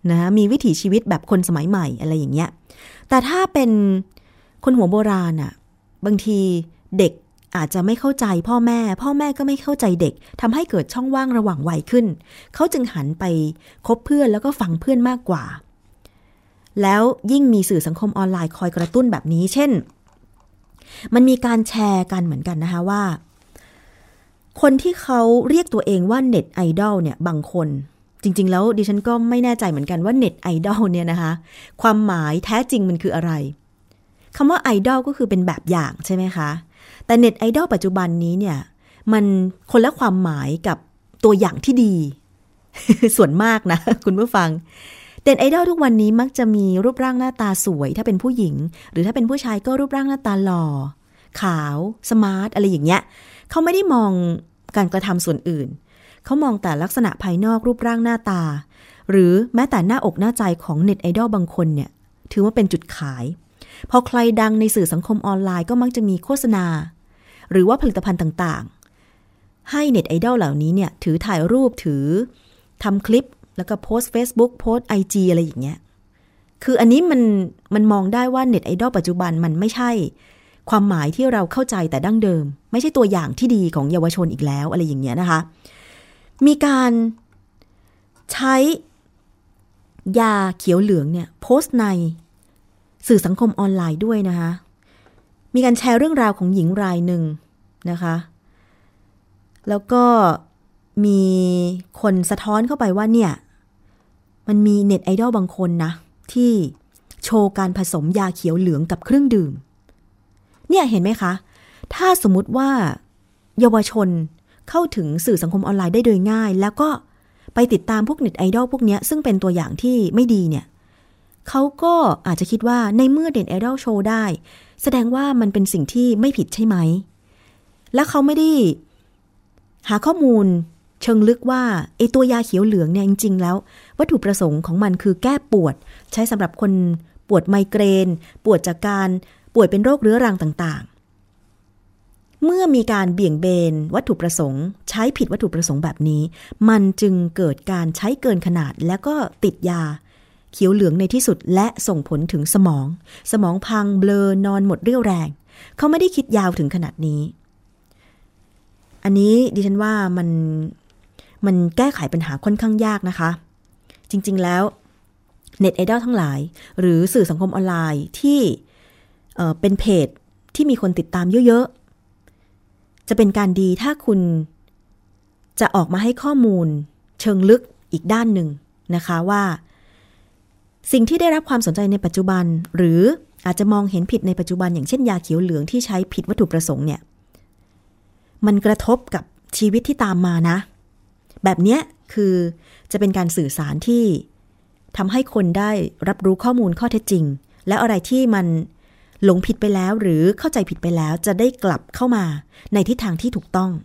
นะมีวิถีชีวิตแบบคนสมัยใหม่อะไรอย่างเงี้ยแต่ถ้าเป็นคนหัวโบราณอ่ะบางทีเด็กอาจจะไม่เข้าใจพ่อแม่ก็ไม่เข้าใจเด็กทำให้เกิดช่องว่างระหว่างวัยขึ้นเขาจึงหันไปคบเพื่อนแล้วก็ฟังเพื่อนมากกว่าแล้วยิ่งมีสื่อสังคมออนไลน์คอยกระตุ้นแบบนี้เช่นมันมีการแชร์กันเหมือนกันนะคะว่าคนที่เขาเรียกตัวเองว่าเน็ตไอดอลเนี่ยบางคนจริงๆแล้วดิฉันก็ไม่แน่ใจเหมือนกันว่าเน็ตไอดอลเนี่ยนะคะความหมายแท้จริงมันคืออะไรคำว่าไอดอลก็คือเป็นแบบอย่างใช่ไหมคะแต่เน็ตไอดอลปัจจุบันนี้เนี่ยมันคนละความหมายกับตัวอย่างที่ดี ส่วนมากนะคุณผู้ฟังเน็ตไอดอลทุกวันนี้มักจะมีรูปร่างหน้าตาสวยถ้าเป็นผู้หญิงหรือถ้าเป็นผู้ชายก็รูปร่างหน้าตาหล่อขาวสมาร์ทอะไรอย่างเงี้ยเขาไม่ได้มองการกระทำส่วนอื่นเขามองแต่ลักษณะภายนอกรูปร่างหน้าตาหรือแม้แต่หน้าอกหน้าใจของเน็ตไอดอลบางคนเนี่ยถือว่าเป็นจุดขายพอใครดังในสื่อสังคมออนไลน์ก็มักจะมีโฆษณาหรือว่าผลิตภัณฑ์ต่างๆให้เน็ตไอดอลเหล่านี้เนี่ยถือถ่ายรูปถือทำคลิปแล้วก็โพสต์ Facebook โพสต์ IG อะไรอย่างเงี้ยคืออันนี้มันมองได้ว่าเน็ตไอดอลปัจจุบันมันไม่ใช่ความหมายที่เราเข้าใจแต่ดั้งเดิมไม่ใช่ตัวอย่างที่ดีของเยาวชนอีกแล้วอะไรอย่างเงี้ยนะคะมีการใช้ยาเขียวเหลืองเนี่ยโพสต์ในสื่อสังคมออนไลน์ด้วยนะคะมีการแชร์เรื่องราวของหญิงรายหนึ่งนะคะแล้วก็มีคนสะท้อนเข้าไปว่าเนี่ยมันมีเน็ตไอดอลบางคนนะที่โชว์การผสมยาเขียวเหลืองกับเครื่องดื่มเนี่ยเห็นไหมคะถ้าสมมุติว่าเยาวชนเข้าถึงสื่อสังคมออนไลน์ได้โดยง่ายแล้วก็ไปติดตามพวกเน็ตไอดอลพวกนี้ซึ่งเป็นตัวอย่างที่ไม่ดีเนี่ยเขาก็อาจจะคิดว่าในเมื่อเน็ตไอดอลโชว์ได้แสดงว่ามันเป็นสิ่งที่ไม่ผิดใช่ไหมและเขาไม่ได้หาข้อมูลเชิงลึกว่าไอตัวยาเขียวเหลืองเนี่ยจริงๆแล้ววัตถุประสงค์ของมันคือแก้ปวดใช้สำหรับคนปวดไมเกรนปวดจากการป่วยเป็นโรคเรื้อรังต่างๆเมื่อมีการเบี่ยงเบนวัตถุประสงค์ใช้ผิดวัตถุประสงค์แบบนี้มันจึงเกิดการใช้เกินขนาดแล้วก็ติดยาเขียวเหลืองในที่สุดและส่งผลถึงสมองพังเบลอนอนหมดเรี่ยวแรงเขาไม่ได้คิดยาวถึงขนาดนี้อันนี้ดิฉันว่ามันแก้ไขปัญหาค่อนข้างยากนะคะจริงๆแล้วเน็ตไอดอลทั้งหลายหรือสื่อสังคมออนไลน์ที่เป็นเพจที่มีคนติดตามเยอะๆจะเป็นการดีถ้าคุณจะออกมาให้ข้อมูลเชิงลึกอีกด้านหนึ่งนะคะว่าสิ่งที่ได้รับความสนใจในปัจจุบันหรืออาจจะมองเห็นผิดในปัจจุบันอย่างเช่นยาเขียวเหลืองที่ใช้ผิดวัตถุประสงค์เนี่ยมันกระทบกับชีวิตที่ตามมานะแบบนี้คือจะเป็นการสื่อสารที่ทำให้คนได้รับรู้ข้อมูลข้อเท็จจริงแล้วอะไรที่มันหลงผิดไปแล้วหรือเข้าใจผิดไปแล้วจะได้กลับเข้ามาในทิศทางที่ถูกต้อง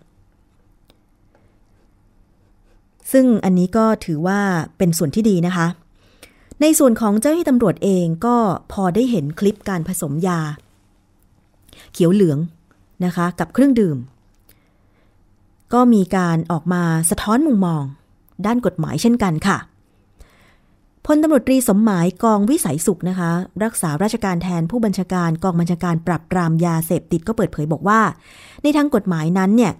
ซึ่งอันนี้ก็ถือว่าเป็นส่วนที่ดีนะคะในส่วนของเจ้าหน้าที่ตำรวจเองก็พอได้เห็นคลิปการผสมยาเขียวเหลืองนะคะกับเครื่องดื่มก็มีการออกมาสะท้อนมุมมองด้านกฎหมายเช่นกันค่ะพลตำรวจตรีสมหมายกองวิสัยสุขนะคะรักษาราชการแทนผู้บัญชาการกองบัญชาการปราบปรามยาเสพติดก็เปิดเผยบอกว่าในทางกฎหมายนั้นเนี่ย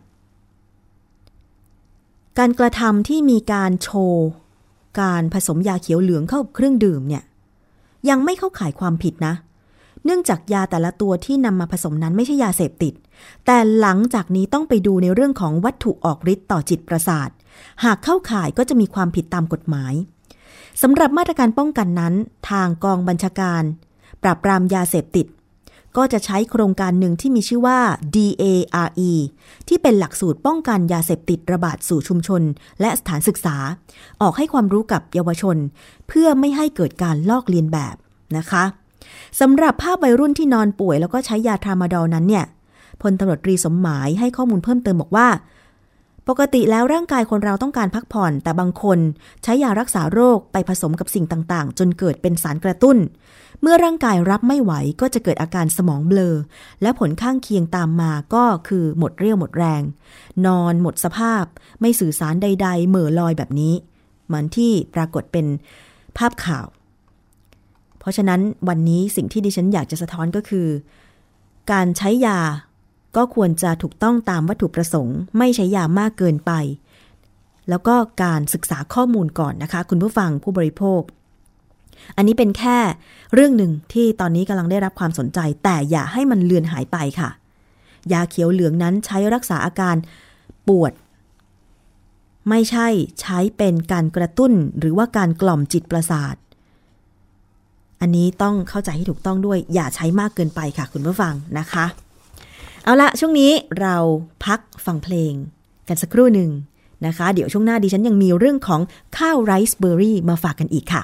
การกระทำที่มีการโชว์การผสมยาเขียวเหลืองเข้ากับเครื่องดื่มเนี่ยยังไม่เข้าข่ายความผิดนะเนื่องจากยาแต่ละตัวที่นำมาผสมนั้นไม่ใช่ยาเสพติดแต่หลังจากนี้ต้องไปดูในเรื่องของวัตถุออกฤทธิ์ต่อจิตประสาทหากเข้าข่ายก็จะมีความผิดตามกฎหมายสำหรับมาตรการป้องกันนั้นทางกองบัญชาการปราบปรามยาเสพติดก็จะใช้โครงการหนึ่งที่มีชื่อว่า DARE ที่เป็นหลักสูตรป้องกันยาเสพติดระบาดสู่ชุมชนและสถานศึกษาออกให้ความรู้กับเยาวชนเพื่อไม่ให้เกิดการลอกเลียนแบบนะคะสำหรับภาพวัยรุ่นที่นอนป่วยแล้วก็ใช้ยาทรามาดอลนั้นเนี่ยพลตำรวจตรีสมหมายให้ข้อมูลเพิ่มเติมบอกว่าปกติแล้วร่างกายคนเราต้องการพักผ่อนแต่บางคนใช้ยารักษาโรคไปผสมกับสิ่งต่างๆจนเกิดเป็นสารกระตุ้นเมื่อร่างกายรับไม่ไหวก็จะเกิดอาการสมองเบลอและผลข้างเคียงตามมาก็คือหมดเรี่ยวหมดแรงนอนหมดสภาพไม่สื่อสารใดๆเหม่อลอยแบบนี้เหมือนที่ปรากฏเป็นภาพข่าวเพราะฉะนั้นวันนี้สิ่งที่ดิฉันอยากจะสะท้อนก็คือการใช้ยาก็ควรจะถูกต้องตามวัตถุประสงค์ไม่ใช้ยามากเกินไปแล้วก็การศึกษาข้อมูลก่อนนะคะคุณผู้ฟังผู้บริโภคอันนี้เป็นแค่เรื่องหนึ่งที่ตอนนี้กำลังได้รับความสนใจแต่อย่าให้มันเลือนหายไปค่ะยาเขียวเหลืองนั้นใช้รักษาอาการปวดไม่ใช่ใช้เป็นการกระตุ้นหรือว่าการกล่อมจิตประสาทอันนี้ต้องเข้าใจให้ถูกต้องด้วยอย่าใช้มากเกินไปค่ะคุณผู้ฟังนะคะเอาละช่วงนี้เราพักฟังเพลงกันสักครู่หนึ่งนะคะเดี๋ยวช่วงหน้าดิฉันยังมีเรื่องของข้าวไรซ์เบอร์รี่มาฝากกันอีกค่ะ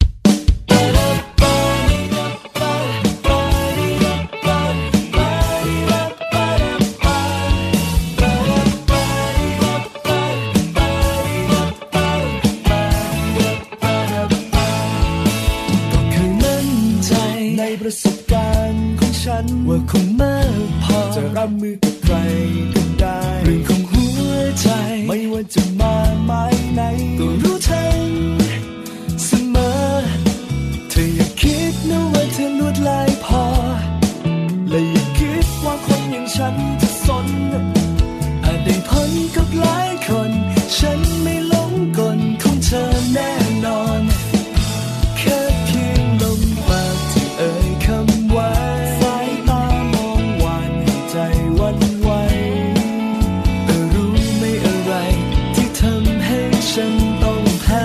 ประสบการณ์ของฉันว่าคงมากพอจะรับมือกับใครก็ได้เรื่องของหัวใจไม่ว่าจะมาไม้ไหนก็รู้ทันเสมอเธออย่าคิดนะว่าเธอลวดลายพอและอย่าคิดว่าคนอย่างฉันจะสนอาจได้พ้นกับหลายคนฉันไม่หลงกลของเธอแน่นอนแค่เพียงลมปากที่เอ่ยคำว่าสายตามองหวานให้ใจหวั่นไหวรู้ไหมอะไรที่ทำให้ฉันต้องแพ้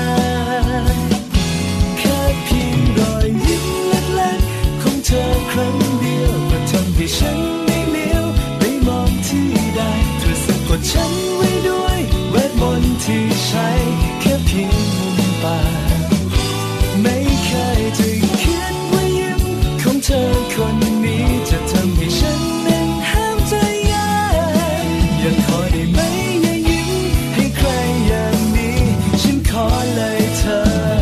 แค่เพียงรอยยิ้มเล็กๆของเธอครั้งเดียวก็ทำให้ฉันไม่เลี้ยวไปมองที่ใดเธอสะกดฉันไว้ด้วยเวทมนต์ที่ใช้แค่เพียงมุมปากไม่เคยจะคิดว่ายิ้มของเธอคนนี้จะทำให้ฉันนั้นห้ามใจยากอย่าขอได้ไหมอย่ายิ้มให้ใครอย่างนี้ฉันขอเลยเธอ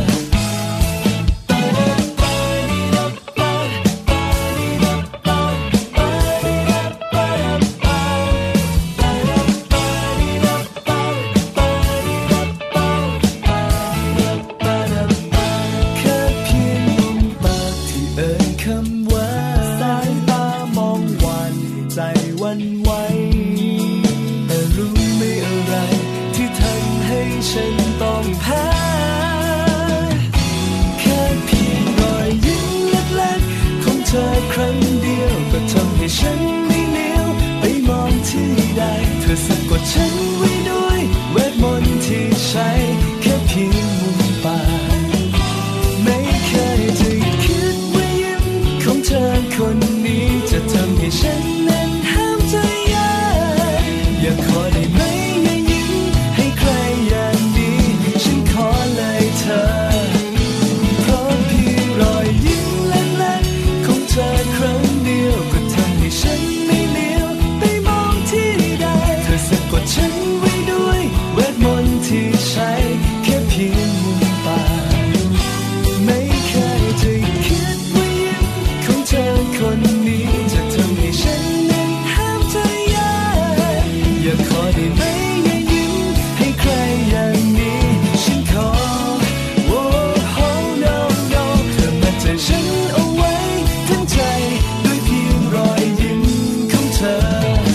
ฉันต้องแพ้แค่เพียงรอยยิ้มเล็กๆของเธอครั้งเดียวก็ทำให้ฉันไม่เลี้ยวไปมองที่ใดเธอสะกดฉันไว้ด้วยเวทมนต์ที่ใช้แค่เพียงมุมปากไม่เคยจะคิดว่ายิ้มของเธอคนนี้จะทำให้ฉันนั้นห้ามใจยากอย่าขอได้ไหมเพราะเพียงรอยยิ้มเล็กๆของเธอครั้งเดียวก็ทำให้ฉันไม่เลี้ยวไปมองที่ใดเธอสะกดฉันไว้ด้วยเวทมนต์ที่ใช้แค่เพียงมุมปากไม่เคยจะคิดว่ายิ้มของเธอคนนี้จะทำให้ฉันนั้นห้ามใจยากอย่าขอได้ไหมอย่ายิ้มให้ใครอย่างนี้ฉันขอฉันเอาไว้ทั้งใจด้วยเพียงรอยยิ้มของเธอ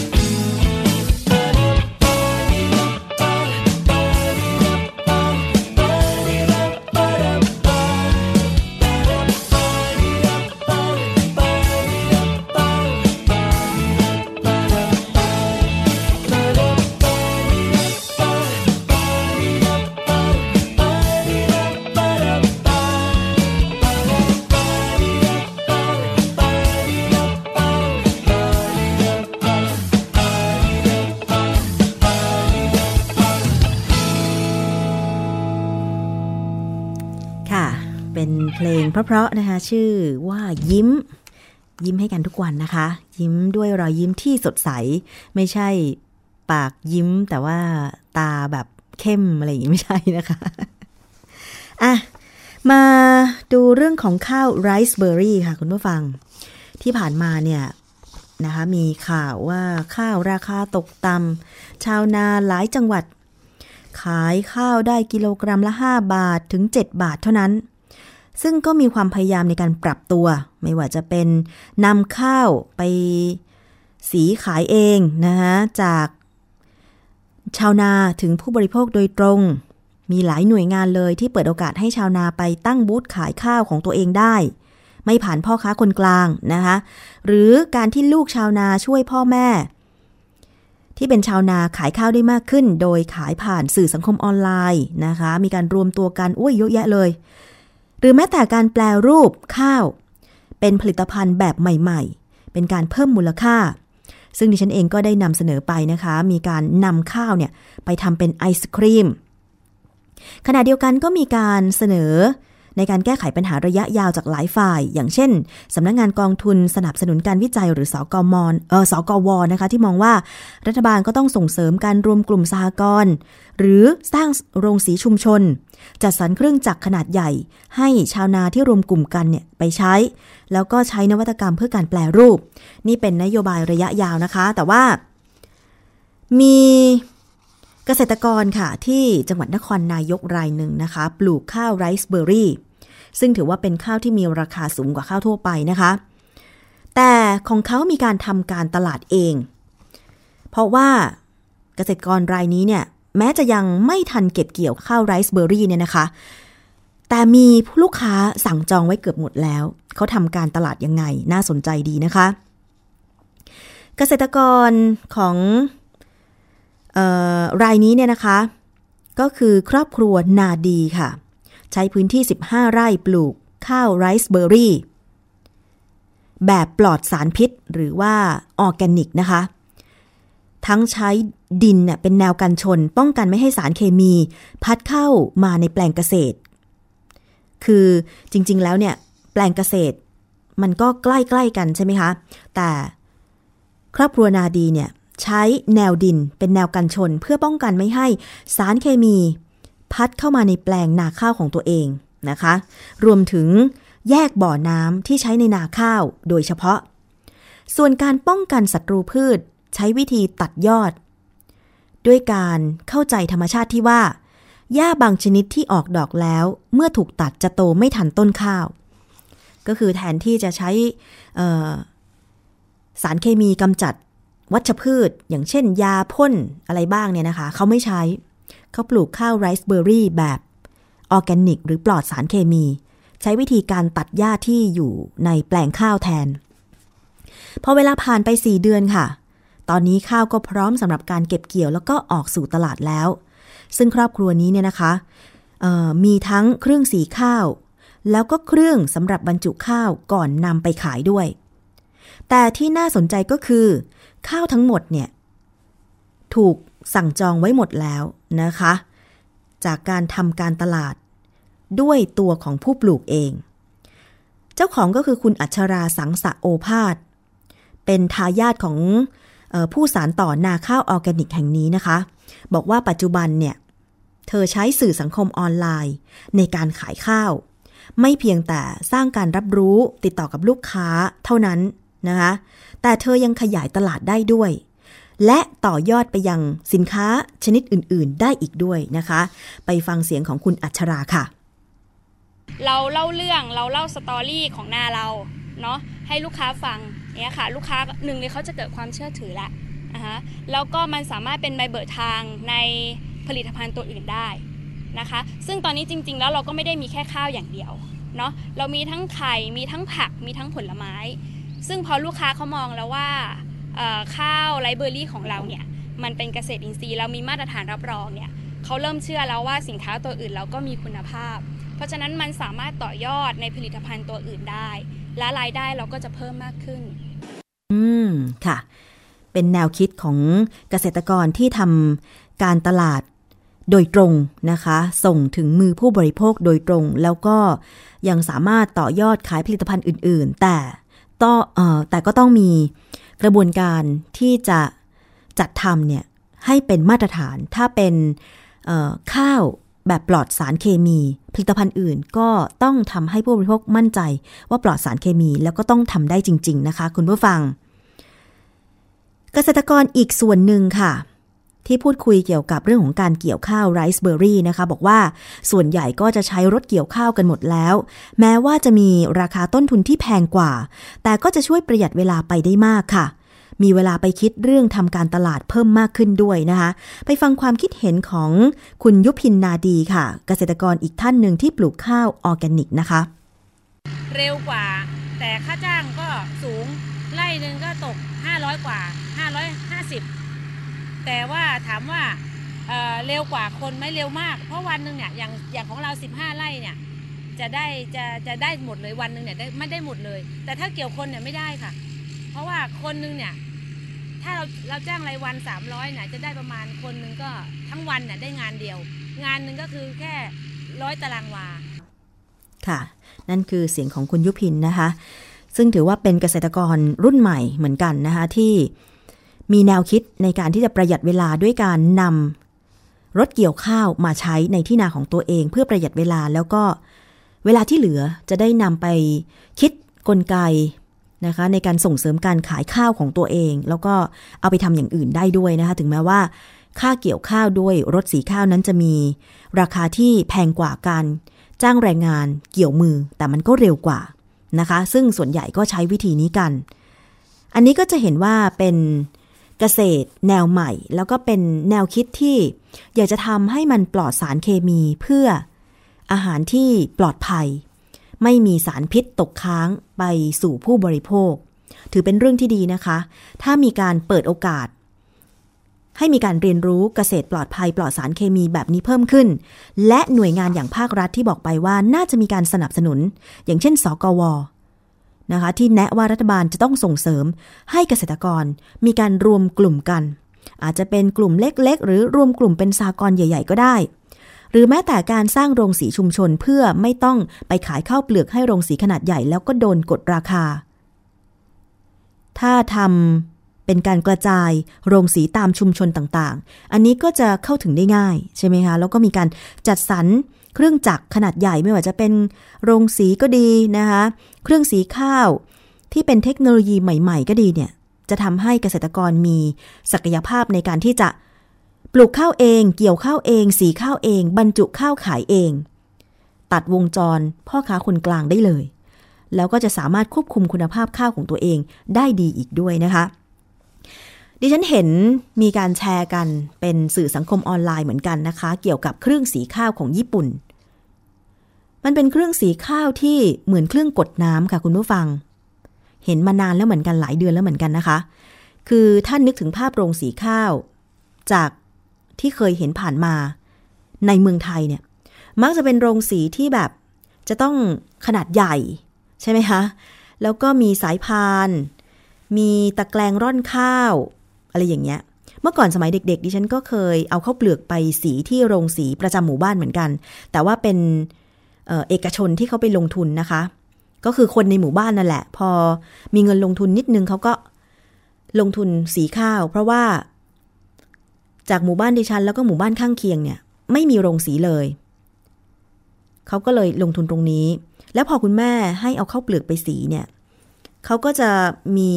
เป็นเพลงเพราะๆนะคะชื่อว่ายิ้มให้กันทุกวันนะคะยิ้มด้วยรอยยิ้มที่สดใสไม่ใช่ปากยิ้มแต่ว่าตาแบบเข้มอะไรอย่างนี้ไม่ใช่นะคะอ่ะมาดูเรื่องของข้าวไรซ์เบอร์รี่ค่ะคุณผู้ฟังที่ผ่านมาเนี่ยนะคะมีข่าวว่าข้าวราคาตกต่ำชาวนาหลายจังหวัดขายข้าวได้กิโลกรัมละ5 บาทถึง7 บาทเท่านั้นซึ่งก็มีความพยายามในการปรับตัวไม่ว่าจะเป็นนำข้าวไปสีขายเองนะคะจากชาวนาถึงผู้บริโภคโดยตรงมีหลายหน่วยงานเลยที่เปิดโอกาสให้ชาวนาไปตั้งบูธขายข้าวของตัวเองได้ไม่ผ่านพ่อค้าคนกลางนะคะหรือการที่ลูกชาวนาช่วยพ่อแม่ที่เป็นชาวนาขายข้าวได้มากขึ้นโดยขายผ่านสื่อสังคมออนไลน์นะคะมีการรวมตัวกันเยอะแยะเลยหรือแม้แต่การแปลรูปข้าวเป็นผลิตภัณฑ์แบบใหม่ๆเป็นการเพิ่มมูลค่าซึ่งดิฉันเองก็ได้นำเสนอไปนะคะมีการนำข้าวเนี่ยไปทำเป็นไอศกรีมขณะเดียวกันก็มีการเสนอในการแก้ไขปัญหาระยะยาวจากหลายฝ่ายอย่างเช่นสำนักงานกองทุนสนับสนุนการวิจัยหรือสกวนะคะที่มองว่ารัฐบาลก็ต้องส่งเสริมการรวมกลุ่มสหกรณ์หรือสร้างโรงสีชุมชนจัดสรรเครื่องจักรขนาดใหญ่ให้ชาวนาที่รวมกลุ่มกันเนี่ยไปใช้แล้วก็ใช้นวัตกรรมเพื่อการแปรรูปนี่เป็นนโยบายระยะยาวนะคะแต่ว่ามีเกษตรกรค่ะที่จังหวัดนครนายกรายหนึ่งนะคะปลูกข้าวไรซ์เบอร์รี่ซึ่งถือว่าเป็นข้าวที่มีราคาสูงกว่าข้าวทั่วไปนะคะแต่ของเขามีการทำการตลาดเองเพราะว่าเกษตรกรรายนี้เนี่ยแม้จะยังไม่ทันเก็บเกี่ยวข้าวไรซ์เบอร์รี่เนี่ยนะคะแต่มีลูกค้าสั่งจองไว้เกือบหมดแล้วเขาทำการตลาดยังไงน่าสนใจดีนะคะเกษตรกรของรายนี้เนี่ยนะคะก็คือครอบครัวนาดีค่ะใช้พื้นที่15 ไร่ปลูกข้าวไรซ์เบอร์รี่แบบปลอดสารพิษหรือว่าออร์แกนิกนะคะทั้งใช้ดินเนี่ยเป็นแนวกันชนป้องกันไม่ให้สารเคมีพัดเข้ามาในแปลงเกษตรคือจริงๆแล้วเนี่ยแปลงเกษตรมันก็ใกล้ๆกันใช่ไหมคะแต่ครอบครัวนาดีเนี่ยใช้แนวดินเป็นแนวกันชนเพื่อป้องกันไม่ให้สารเคมีพัดเข้ามาในแปลงนาข้าวของตัวเองนะคะรวมถึงแยกบ่อน้ำที่ใช้ในนาข้าวโดยเฉพาะส่วนการป้องกันศัตรูพืชใช้วิธีตัดยอดด้วยการเข้าใจธรรมชาติที่ว่าหญ้าบางชนิดที่ออกดอกแล้วเมื่อถูกตัดจะโตไม่ทันต้นข้าวก็คือแทนที่จะใช้สารเคมีกำจัดวัชพืชอย่างเช่นยาพ่นอะไรบ้างเนี่ยนะคะเขาไม่ใช้เขาปลูกข้าวไรซ์เบอร์รี่แบบออร์แกนิกหรือปลอดสารเคมีใช้วิธีการตัดหญ้าที่อยู่ในแปลงข้าวแทนพอเวลาผ่านไป4 เดือนค่ะตอนนี้ข้าวก็พร้อมสำหรับการเก็บเกี่ยวแล้วก็ออกสู่ตลาดแล้วซึ่งครอบครัวนี้เนี่ยนะคะมีทั้งเครื่องสีข้าวแล้วก็เครื่องสำหรับบรรจุข้าวก่อนนำไปขายด้วยแต่ที่น่าสนใจก็คือข้าวทั้งหมดเนี่ยถูกสั่งจองไว้หมดแล้วนะคะจากการทำการตลาดด้วยตัวของผู้ปลูกเองเจ้าของก็คือคุณอัชราสังสะโอภาสเป็นทายาทของผู้สานต่อนาข้าวออร์แกนิกแห่งนี้นะคะบอกว่าปัจจุบันเนี่ยเธอใช้สื่อสังคมออนไลน์ในการขายข้าวไม่เพียงแต่สร้างการรับรู้ติดต่อกับลูกค้าเท่านั้นนะคะแต่เธอยังขยายตลาดได้ด้วยและต่อยอดไปยังสินค้าชนิดอื่นๆได้อีกด้วยนะคะไปฟังเสียงของคุณอัชราค่ะเราเล่าเรื่องเราเล่าสตอรี่ของนาเราเนาะให้ลูกค้าฟังเนี่ยค่ะลูกค้าหนึ่งเลยเขาจะเกิดความเชื่อถือละแล้วก็มันสามารถเป็นใบเบิกทางในผลิตภัณฑ์ตัวอื่นได้นะคะซึ่งตอนนี้จริงๆแล้วเราก็ไม่ได้มีแค่ข้าวอย่างเดียวเนาะเรามีทั้งไข่มีทั้งผักมีทั้งผลไม้ซึ่งพอลูกค้าเขามองแล้วว่าข้าวไรซ์เบอร์รี่ของเราเนี่ยมันเป็นเกษตรอินทรีย์เรามีมาตรฐานรับรองเนี่ยเขาเริ่มเชื่อแล้วว่าสินค้าตัวอื่นเราก็มีคุณภาพเพราะฉะนั้นมันสามารถต่อยอดในผลิตภัณฑ์ตัวอื่นได้และรายได้เราก็จะเพิ่มมากขึ้นค่ะเป็นแนวคิดของเกษตรกรที่ทำการตลาดโดยตรงนะคะส่งถึงมือผู้บริโภคโดยตรงแล้วก็ยังสามารถต่อยอดขายผลิตภัณฑ์อื่นๆแต่ก็ต้องมีกระบวนการที่จะจัดทำเนี่ยให้เป็นมาตรฐานถ้าเป็นข้าวแบบปลอดสารเคมีผลิตภัณฑ์อื่นก็ต้องทำให้ผู้บริโภคมั่นใจว่าปลอดสารเคมีแล้วก็ต้องทำได้จริงๆนะคะคุณผู้ฟังเกษตรกรอีกส่วนหนึ่งค่ะที่พูดคุยเกี่ยวกับเรื่องของการเกี่ยวข้าวไรซ์เบอร์รี่นะคะบอกว่าส่วนใหญ่ก็จะใช้รถเกี่ยวข้าวกันหมดแล้วแม้ว่าจะมีราคาต้นทุนที่แพงกว่าแต่ก็จะช่วยประหยัดเวลาไปได้มากค่ะมีเวลาไปคิดเรื่องทำการตลาดเพิ่มมากขึ้นด้วยนะคะไปฟังความคิดเห็นของคุณยุพินนาดีค่ะเกษตรกรอีกท่านหนึ่งที่ปลูกข้าวออร์แกนิกนะคะเร็วกว่าแต่ค่าจ้างก็สูงไร่นึงก็ตก500กว่า550แต่ว่าถามว่าเร็วกว่าคนไม่เร็วมากเพราะวันนึงเนี่ยอย่างของเรา15ไร่เนี่ยจะได้หมดเลยวันนึงเนี่ยไม่ได้หมดเลยแต่ถ้าเกี่ยวคนเนี่ยไม่ได้ค่ะเพราะว่าคนนึงเนี่ยถ้าเราจ้างรายวัน300เนี่ยจะได้ประมาณคนนึงก็ทั้งวันเนี่ยได้งานเดียวงานนึงก็คือแค่100ตารางวาค่ะนั่นคือเสียงของคุณยุพินนะคะซึ่งถือว่าเป็นเกษตรกรรุ่นใหม่เหมือนกันนะคะที่มีแนวคิดในการที่จะประหยัดเวลาด้วยการนำรถเกี่ยวข้าวมาใช้ในที่นาของตัวเองเพื่อประหยัดเวลาแล้วก็เวลาที่เหลือจะได้นำไปคิดกลไกนะคะในการส่งเสริมการขายข้าวของตัวเองแล้วก็เอาไปทำอย่างอื่นได้ด้วยนะคะถึงแม้ว่าค่าเกี่ยวข้าวด้วยรถสีข้าวนั้นจะมีราคาที่แพงกว่าการจ้างแรงงานเกี่ยวมือแต่มันก็เร็วกว่านะคะซึ่งส่วนใหญ่ก็ใช้วิธีนี้กันอันนี้ก็จะเห็นว่าเป็นเกษตรแนวใหม่แล้วก็เป็นแนวคิดที่อยากจะทำให้มันปลอดสารเคมีเพื่ออาหารที่ปลอดภัยไม่มีสารพิษตกค้างไปสู่ผู้บริโภคถือเป็นเรื่องที่ดีนะคะถ้ามีการเปิดโอกาสให้มีการเรียนรู้เกษตรปลอดภัยปลอดสารเคมีแบบนี้เพิ่มขึ้นและหน่วยงานอย่างภาครัฐที่บอกไปว่าน่าจะมีการสนับสนุนอย่างเช่นสกว.นะคะที่แนะว่ารัฐบาลจะต้องส่งเสริมให้เกษตรกรมีการรวมกลุ่มกันอาจจะเป็นกลุ่มเล็กๆหรือรวมกลุ่มเป็นสหกรณ์ใหญ่ๆก็ได้หรือแม้แต่การสร้างโรงสีชุมชนเพื่อไม่ต้องไปขายข้าวเปลือกให้โรงสีขนาดใหญ่แล้วก็โดนกดราคาถ้าทำเป็นการกระจายโรงสีตามชุมชนต่างๆอันนี้ก็จะเข้าถึงได้ง่ายใช่ไหมคะแล้วก็มีการจัดสรรเครื่องจักรขนาดใหญ่ไม่ว่าจะเป็นโรงสีก็ดีนะคะเครื่องสีข้าวที่เป็นเทคโนโลยีใหม่ๆก็ดีเนี่ยจะทำให้เกษตรกรมีศักยภาพในการที่จะปลูกข้าวเองเกี่ยวข้าวเองสีข้าวเองบรรจุข้าวขายเองตัดวงจรพ่อค้าคนกลางได้เลยแล้วก็จะสามารถควบคุมคุณภาพข้าวของตัวเองได้ดีอีกด้วยนะคะดิฉันเห็นมีการแชร์กันเป็นสื่อสังคมออนไลน์เหมือนกันนะคะเกี่ยวกับเครื่องสีข้าวของญี่ปุ่นมันเป็นเครื่องสีข้าวที่เหมือนเครื่องกดน้ำค่ะคุณผู้ฟังเห็นมานานแล้วเหมือนกันหลายเดือนแล้วเหมือนกันนะคะคือท่านนึกถึงภาพโรงสีข้าวจากที่เคยเห็นผ่านมาในเมืองไทยเนี่ยมักจะเป็นโรงสีที่แบบจะต้องขนาดใหญ่ใช่ไหมคะแล้วก็มีสายพานมีตะแกรงร่อนข้าวอะไรอย่างเงี้ยเมื่อก่อนสมัยเด็กๆดิฉันก็เคยเอาข้าวเปลือกไปสีที่โรงสีประจำหมู่บ้านเหมือนกันแต่ว่าเป็นเอกชนที่เขาไปลงทุนนะคะก็คือคนในหมู่บ้านนั่นแหละพอมีเงินลงทุนนิดนึงเขาก็ลงทุนสีข้าวเพราะว่าจากหมู่บ้านดิฉันแล้วก็หมู่บ้านข้างเคียงเนี่ยไม่มีโรงสีเลยเขาก็เลยลงทุนตรงนี้แล้วพอคุณแม่ให้เอาข้าวเปลือกไปสีเนี่ยเขาก็จะมี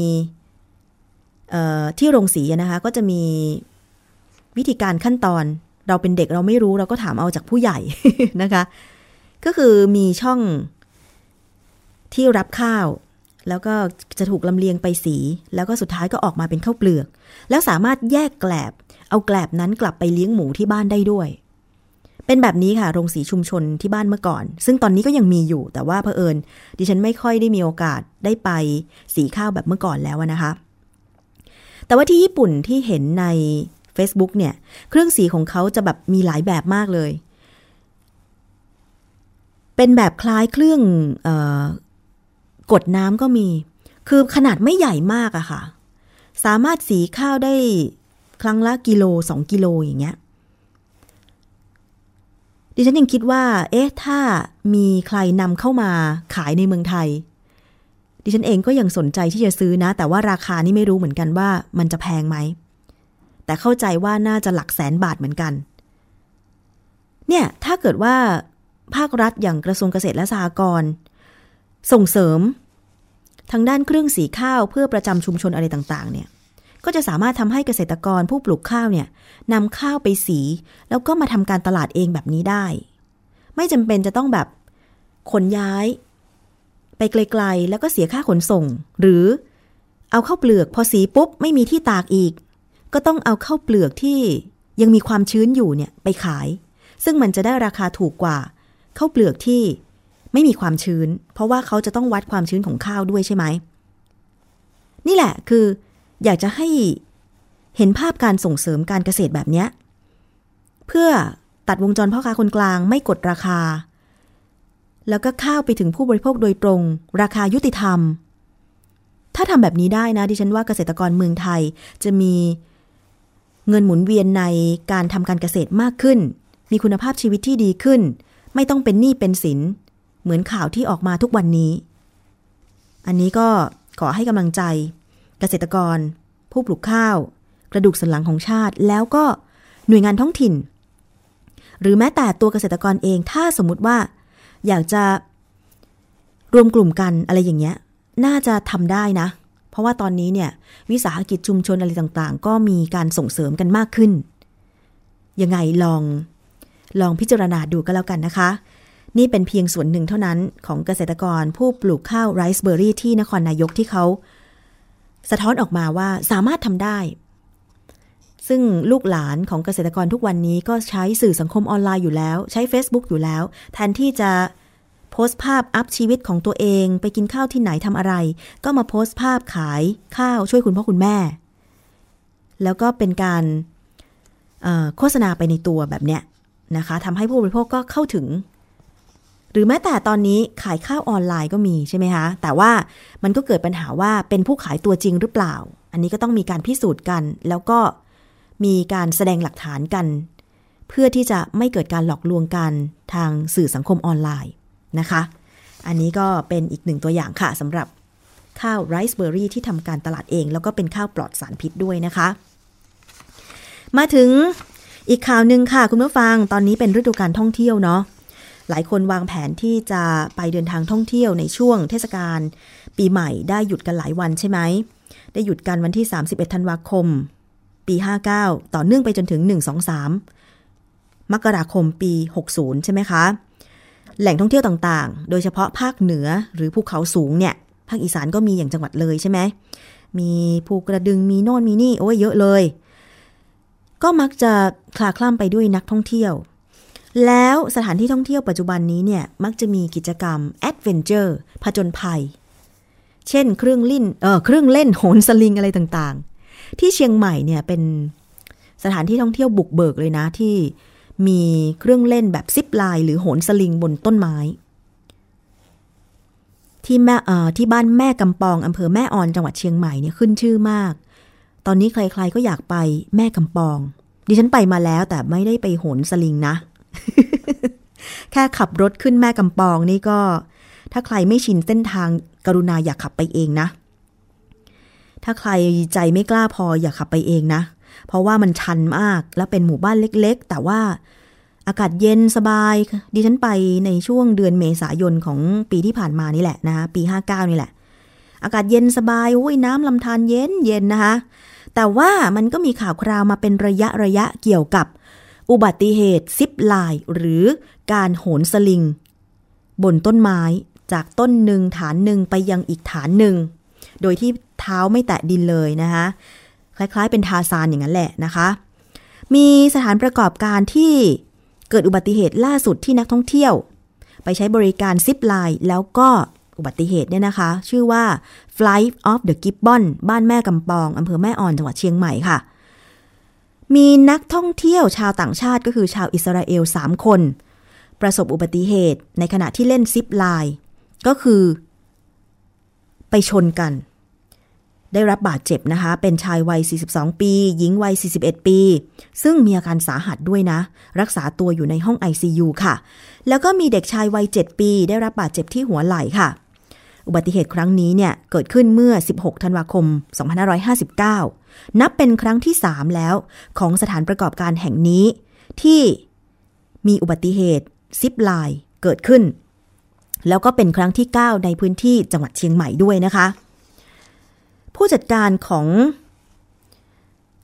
ที่โรงสีนะคะก็จะมีวิธีการขั้นตอนเราเป็นเด็กเราไม่รู้เราก็ถามเอาจากผู้ใหญ่ นะคะก็คือมีช่องที่รับข้าวแล้วก็จะถูกลำเลียงไปสีแล้วก็สุดท้ายก็ออกมาเป็นข้าวเปลือกแล้วสามารถแยกแกลบเอาแกลบนั้นกลับไปเลี้ยงหมูที่บ้านได้ด้วยเป็นแบบนี้ค่ะโรงสีชุมชนที่บ้านเมื่อก่อนซึ่งตอนนี้ก็ยังมีอยู่แต่ว่าเผอิญดิฉันไม่ค่อยได้มีโอกาสได้ไปสีข้าวแบบเมื่อก่อนแล้วนะคะแต่ว่าที่ญี่ปุ่นที่เห็นใน Facebook เนี่ยเครื่องสีของเขาจะแบบมีหลายแบบมากเลยเป็นแบบคล้ายเครื่องกดน้ำก็มีคือขนาดไม่ใหญ่มากอะค่ะสามารถสีข้าวได้ครั้งละกิโล2กิโลอย่างเงี้ยดิฉันยังคิดว่าถ้ามีใครนำเข้ามาขายในเมืองไทยดิฉันเองก็ยังสนใจที่จะซื้อนะแต่ว่าราคานี่ไม่รู้เหมือนกันว่ามันจะแพงไหมแต่เข้าใจว่าน่าจะหลักแสนบาทเหมือนกันเนี่ยถ้าเกิดว่าภาครัฐอย่างกระทรวงเกษตรและสหกรณ์ส่งเสริมทางด้านเครื่องสีข้าวเพื่อประจำชุมชนอะไรต่างๆเนี่ยก็จะสามารถทำให้เกษตรกรผู้ปลูกข้าวเนี่ยนำข้าวไปสีแล้วก็มาทำการตลาดเองแบบนี้ได้ไม่จำเป็นจะต้องแบบขนย้ายไปไกลๆแล้วก็เสียค่าขนส่งหรือเอาข้าวเปลือกพอสีปุ๊บไม่มีที่ตากอีกก็ต้องเอาข้าวเปลือกที่ยังมีความชื้นอยู่เนี่ยไปขายซึ่งมันจะได้ราคาถูกกว่าข้าวเปลือกที่ไม่มีความชื้นเพราะว่าเขาจะต้องวัดความชื้นของข้าวด้วยใช่ไหมนี่แหละคืออยากจะให้เห็นภาพการส่งเสริมการเกษตรแบบนี้เพื่อตัดวงจรพ่อค้าคนกลางไม่กดราคาแล้วก็ข้าวไปถึงผู้บริโภคโดยตรงราคายุติธรรมถ้าทำแบบนี้ได้นะดิฉันว่าเกษตรกรเมืองไทยจะมีเงินหมุนเวียนในการทำการเกษตรมากขึ้นมีคุณภาพชีวิตที่ดีขึ้นไม่ต้องเป็นหนี้เป็นสินเหมือนข่าวที่ออกมาทุกวันนี้อันนี้ก็ขอให้กำลังใจเกษตรกรผู้ปลูกข้าวกระดูกสันหลังของชาติแล้วก็หน่วยงานท้องถิ่นหรือแม้แต่ตัวเกษตรกรเองถ้าสมมุติว่าอยากจะรวมกลุ่มกันอะไรอย่างเงี้ยน่าจะทำได้นะเพราะว่าตอนนี้เนี่ยวิสาหกิจชุมชนอะไรต่างๆก็มีการส่งเสริมกันมากขึ้นยังไงลองพิจารณาดูก็แล้วกันนะคะนี่เป็นเพียงส่วนหนึ่งเท่านั้นของเกษตรกรผู้ปลูกข้าวไรซ์เบอร์รี่ที่นครนายกที่เขาสะท้อนออกมาว่าสามารถทำได้ซึ่งลูกหลานของเกษตรกรทุกวันนี้ก็ใช้สื่อสังคมออนไลน์อยู่แล้วใช้ Facebook อยู่แล้วแทนที่จะโพสต์ภาพอัพชีวิตของตัวเองไปกินข้าวที่ไหนทำอะไรก็มาโพสต์ภาพขายข้าวช่วยคุณพ่อคุณแม่แล้วก็เป็นการโฆษณาไปในตัวแบบเนี้ยนะคะทำให้ผู้บริโภคก็เข้าถึงหรือแม้แต่ตอนนี้ขายข้าวออนไลน์ก็มีใช่ไหมคะแต่ว่ามันก็เกิดปัญหาว่าเป็นผู้ขายตัวจริงหรือเปล่าอันนี้ก็ต้องมีการพิสูจน์กันแล้วก็มีการแสดงหลักฐานกันเพื่อที่จะไม่เกิดการหลอกลวงกันทางสื่อสังคมออนไลน์นะคะอันนี้ก็เป็นอีกหนึ่งตัวอย่างค่ะสำหรับข้าวไรซ์เบอร์รี่ที่ทำการตลาดเองแล้วก็เป็นข้าวปลอดสารพิษด้วยนะคะมาถึงอีกข่าวนึงค่ะคุณผู้ฟังตอนนี้เป็นฤดูกาลท่องเที่ยวเนาะหลายคนวางแผนที่จะไปเดินทางท่องเที่ยวในช่วงเทศกาลปีใหม่ได้หยุดกันหลายวันใช่ไหมได้หยุดกันวันที่31ธันวาคมปี59ต่อเนื่องไปจนถึง1-2-3 มกราคมปี60ใช่ไหมคะแหล่งท่องเที่ยวต่างๆโดยเฉพาะภาคเหนือหรือภูเขาสูงเนี่ยภาคอีสานก็มีอย่างจังหวัดเลยใช่ไหมมีภูกระดึงมีโน่นมีนี่โอ้ยเยอะเลยก็มักจะคลาคล่ำไปด้วยนักท่องเที่ยวแล้วสถานที่ท่องเที่ยวปัจจุบันนี้เนี่ยมักจะมีกิจกรรมแอดเวนเจอร์ผจญภัยเช่นเครื่องเล่นโหนสลิงอะไรต่างๆที่เชียงใหม่เนี่ยเป็นสถานที่ท่องเที่ยวบุกเบิกเลยนะที่มีเครื่องเล่นแบบซิปไลน์หรือโหนสลิงบนต้นไม้ที่บ้านแม่กำปองอำเภอแม่ออนจังหวัดเชียงใหม่เนี่ยขึ้นชื่อมากตอนนี้ใครๆก็อยากไปแม่กำปองดิฉันไปมาแล้วแต่ไม่ได้ไปโหนสลิงนะ แค่ขับรถขึ้นแม่กำปองนี่ก็ถ้าใครไม่ชินเส้นทางกรุณาอย่าขับไปเองนะถ้าใครใจไม่กล้าพออย่าขับไปเองนะเพราะว่ามันชันมากและเป็นหมู่บ้านเล็กๆแต่ว่าอากาศเย็นสบายดิฉันไปในช่วงเดือนเมษายนของปีที่ผ่านมานี่แหละนะคะปี59นี่แหละอากาศเย็นสบายโอ้ยน้ำลำธารเย็นนะคะแต่ว่ามันก็มีข่าวคราวมาเป็นระยะเกี่ยวกับอุบัติเหตุซิปไลน์หรือการโหนสลิงบนต้นไม้จากต้นหนึ่งฐานหนึ่งไปยังอีกฐานหนึ่งโดยที่เท้าไม่แตะดินเลยนะคะคล้ายๆเป็นทาซานอย่างนั้นแหละนะคะมีสถานประกอบการที่เกิดอุบัติเหตุล่าสุดที่นักท่องเที่ยวไปใช้บริการซิปไลน์แล้วก็อุบัติเหตุเนี่ยนะคะชื่อว่า Flight of the Gibbon บ้านแม่กำปองอำเภอแม่ออนจังหวัดเชียงใหม่ค่ะมีนักท่องเที่ยวชาวต่างชาติก็คือชาวอิสราเอล3คนประสบอุบัติเหตุในขณะที่เล่นซิปไลน์ก็คือไปชนกันได้รับบาดเจ็บนะคะเป็นชายวัย42ปีหญิงวัย41ปีซึ่งมีอาการสาหัสด้วยนะรักษาตัวอยู่ในห้อง ICU ค่ะแล้วก็มีเด็กชายวัย7ปีได้รับบาดเจ็บที่หัวไหล่ค่ะอุบัติเหตุครั้งนี้เนี่ยเกิดขึ้นเมื่อ16ธันวาคม2559นับเป็นครั้งที่3แล้วของสถานประกอบการแห่งนี้ที่มีอุบัติเหตุซิปไลน์เกิดขึ้นแล้วก็เป็นครั้งที่9ในพื้นที่จังหวัดเชียงใหม่ด้วยนะคะผู้จัดการของ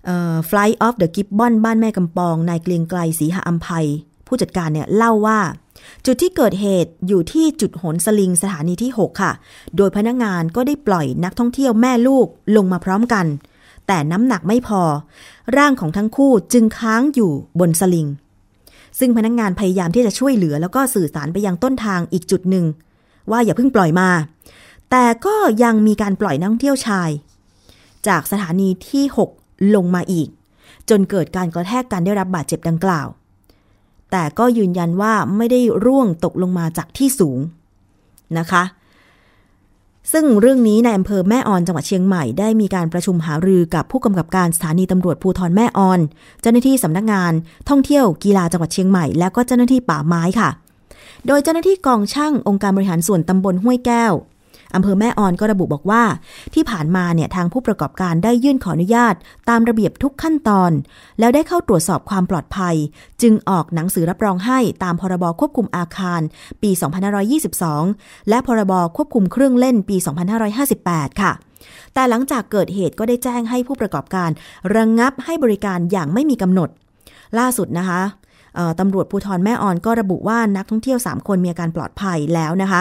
Flight of the Gibbon บ้านแม่กำปองนายเกรียงไกรศรีหอัมไพผู้จัดการเนี่ยเล่าว่าจุดที่เกิดเหตุอยู่ที่จุดโหนสลิงสถานีที่6ค่ะโดยพนักงานก็ได้ปล่อยนักท่องเที่ยวแม่ลูกลงมาพร้อมกันแต่น้ำหนักไม่พอร่างของทั้งคู่จึงค้างอยู่บนสลิงซึ่งพนักงานพยายามที่จะช่วยเหลือแล้วก็สื่อสารไปยังต้นทางอีกจุดหนึ่งว่าอย่าเพิ่งปล่อยมาแต่ก็ยังมีการปล่อยนักท่องเที่ยวชายจากสถานีที่6ลงมาอีกจนเกิดการกระแทกกันได้รับบาดเจ็บดังกล่าวแต่ก็ยืนยันว่าไม่ได้ร่วงตกลงมาจากที่สูงนะคะซึ่งเรื่องนี้ในอำเภอแม่ออนจังหวัดเชียงใหม่ได้มีการประชุมหารือกับผู้กำกับการสถานีตำรวจภูธรแม่ออนเจ้าหน้าที่สำนักงานท่องเที่ยวกีฬาจังหวัดเชียงใหม่และก็เจ้าหน้าที่ป่าไม้ค่ะโดยเจ้าหน้าที่กองช่างองค์การบริหารส่วนตำบลห้วยแก้วอำเภอแม่ออนก็ระบุบอกว่าที่ผ่านมาเนี่ยทางผู้ประกอบการได้ยื่นขออนุญาตตามระเบียบทุกขั้นตอนแล้วได้เข้าตรวจสอบความปลอดภัยจึงออกหนังสือรับรองให้ตามพรบควบคุมอาคารปี2522และพรบควบคุมเครื่องเล่นปี2558ค่ะแต่หลังจากเกิดเหตุก็ได้แจ้งให้ผู้ประกอบการระงับให้บริการอย่างไม่มีกำหนดล่าสุดนะคะตำรวจภูธรแม่ออนก็ระบุว่านักท่องเที่ยว3คนมีอาการปลอดภัยแล้วนะคะ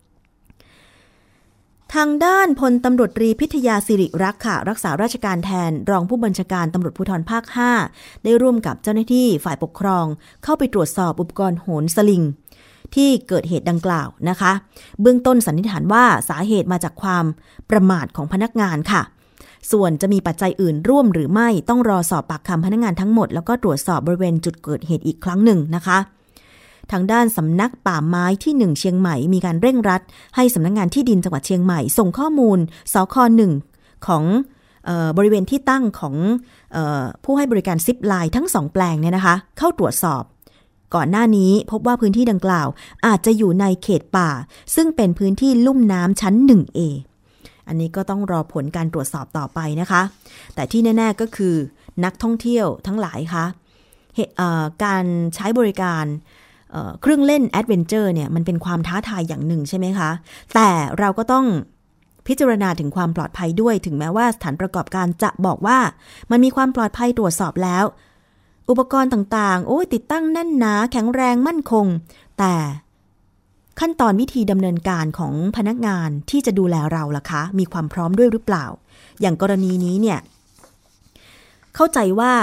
ทางด้านพลตำรวจตรีพิทยาสิริรักษ์ค่ะรักษาราชการแทนรองผู้บัญชาการตำรวจภูธรภาค5ได้ร่วมกับเจ้าหน้าที่ฝ่ายปกครองเข้าไปตรวจสอบอุปกรณ์โหนสลิงที่เกิดเหตุดังกล่าวนะคะเบื้องต้นสันนิษฐานว่าสาเหตุมาจากความประมาทของพนักงานค่ะส่วนจะมีปัจจัยอื่นร่วมหรือไม่ต้องรอสอบปากคำพนักงานทั้งหมดแล้วก็ตรวจสอบบริเวณจุดเกิดเหตุอีกครั้งหนึ่งนะคะทางด้านสำนักป่าไม้ที่1เชียงใหม่มีการเร่งรัดให้สำนักงานที่ดินจังหวัดเชียงใหม่ส่งข้อมูลสค1ของบริเวณที่ตั้งของผู้ให้บริการซิปไลน์ทั้ง2แปลงเนี่ยนะคะเข้าตรวจสอบก่อนหน้านี้พบว่าพื้นที่ดังกล่าวอาจจะอยู่ในเขตป่าซึ่งเป็นพื้นที่ลุ่มน้ำชั้น 1A อันนี้ก็ต้องรอผลการตรวจสอบต่อไปนะคะแต่ที่แน่ๆก็คือนักท่องเที่ยวทั้งหลายคะการใช้บริการเครื่องเล่นแอดเวนเจอร์เนี่ยมันเป็นความท้าทายอย่างหนึ่งใช่ไหมคะแต่เราก็ต้องพิจารณาถึงความปลอดภัยด้วยถึงแม้ว่าสถานประกอบการจะบอกว่ามันมีความปลอดภัยตรวจสอบแล้วอุปกรณ์ต่างๆติดตั้งแน่นหนาแข็งแรงมั่นคงแต่ขั้นตอนวิธีดำเนินการของพนักงานที่จะดูแลเราล่ะคะมีความพร้อมด้วยหรือเปล่าอย่างกรณีนี้เนี่ยเข้าใจว่า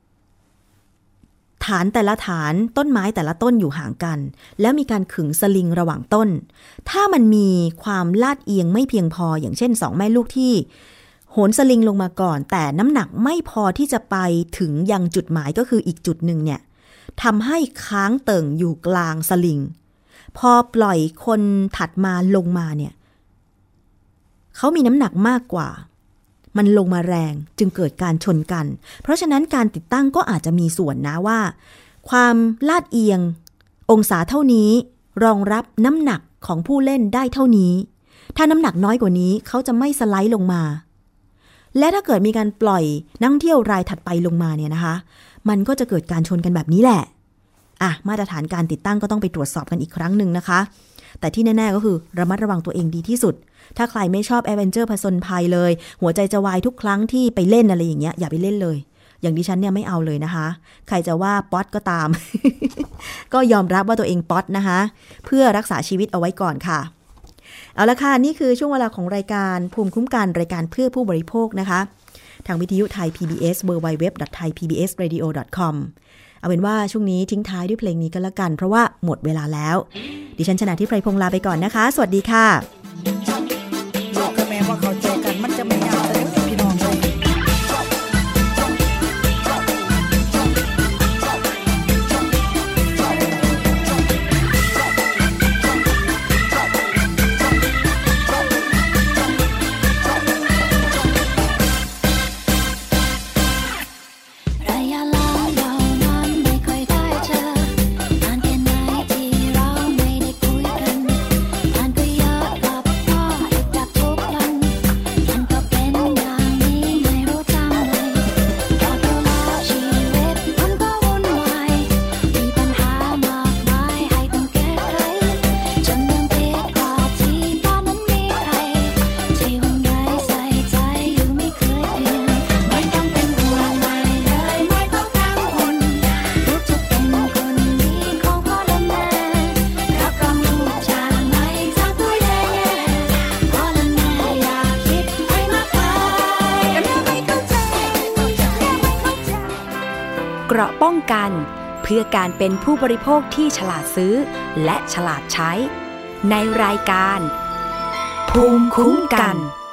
ฐานแต่ละฐานต้นไม้แต่ละต้นอยู่ห่างกันแล้วมีการขึงสลิงระหว่างต้นถ้ามันมีความลาดเอียงไม่เพียงพออย่างเช่น2แม่ลูกที่โหนสลิงลงมาก่อนแต่น้ำหนักไม่พอที่จะไปถึงยังจุดหมายก็คืออีกจุดหนึ่งเนี่ยทำให้ค้างเติ่งอยู่กลางสลิงพอปล่อยคนถัดมาลงมาเนี่ยเขามีน้ำหนักมากกว่ามันลงมาแรงจึงเกิดการชนกันเพราะฉะนั้นการติดตั้งก็อาจจะมีส่วนนะว่าความลาดเอียงองศาเท่านี้รองรับน้ำหนักของผู้เล่นได้เท่านี้ถ้าน้ำหนักน้อยกว่านี้เขาจะไม่สไลด์ลงมาและถ้าเกิดมีการปล่อยนักท่องเที่ยวรายถัดไปลงมาเนี่ยนะคะมันก็จะเกิดการชนกันแบบนี้แหละมาตรฐานการติดตั้งก็ต้องไปตรวจสอบกันอีกครั้งหนึ่งนะคะแต่ที่แน่ๆก็คือระมัดระวังตัวเองดีที่สุดถ้าใครไม่ชอบแอดเวนเจอร์ผจญภัยเลยหัวใจจะวายทุกครั้งที่ไปเล่นอะไรอย่างเงี้ยอย่าไปเล่นเลยอย่างดิฉันเนี่ยไม่เอาเลยนะคะใครจะว่าป๊อตก็ตาม ก็ยอมรับว่าตัวเองป๊อตนะคะเพื่อรักษาชีวิตเอาไว้ก่อนค่ะเอาละค่ะนี่คือช่วงเวลาของรายการภูมิคุ้มกันรายการเพื่อผู้บริโภคนะคะทางวิทยุไทย PBS www.thaipbsradio.com เอาเป็นว่าช่วงนี้ทิ้งท้ายด้วยเพลงนี้ก็แล้วกันเพราะว่าหมดเวลาแล้วดิฉันชนาธิไพรพงษ์ลาไปก่อนนะคะสวัสดีค่ะบอกกับแม่ว่าเขาเจอกันมันจะไม่ยากแต่พี่น้องเลยผ่านไปเยอะเกราะป้องกันเพื่อการเป็นผู้บริโภคที่ฉลาดซื้อและฉลาดใช้ในรายการภูมิคุ้มกัน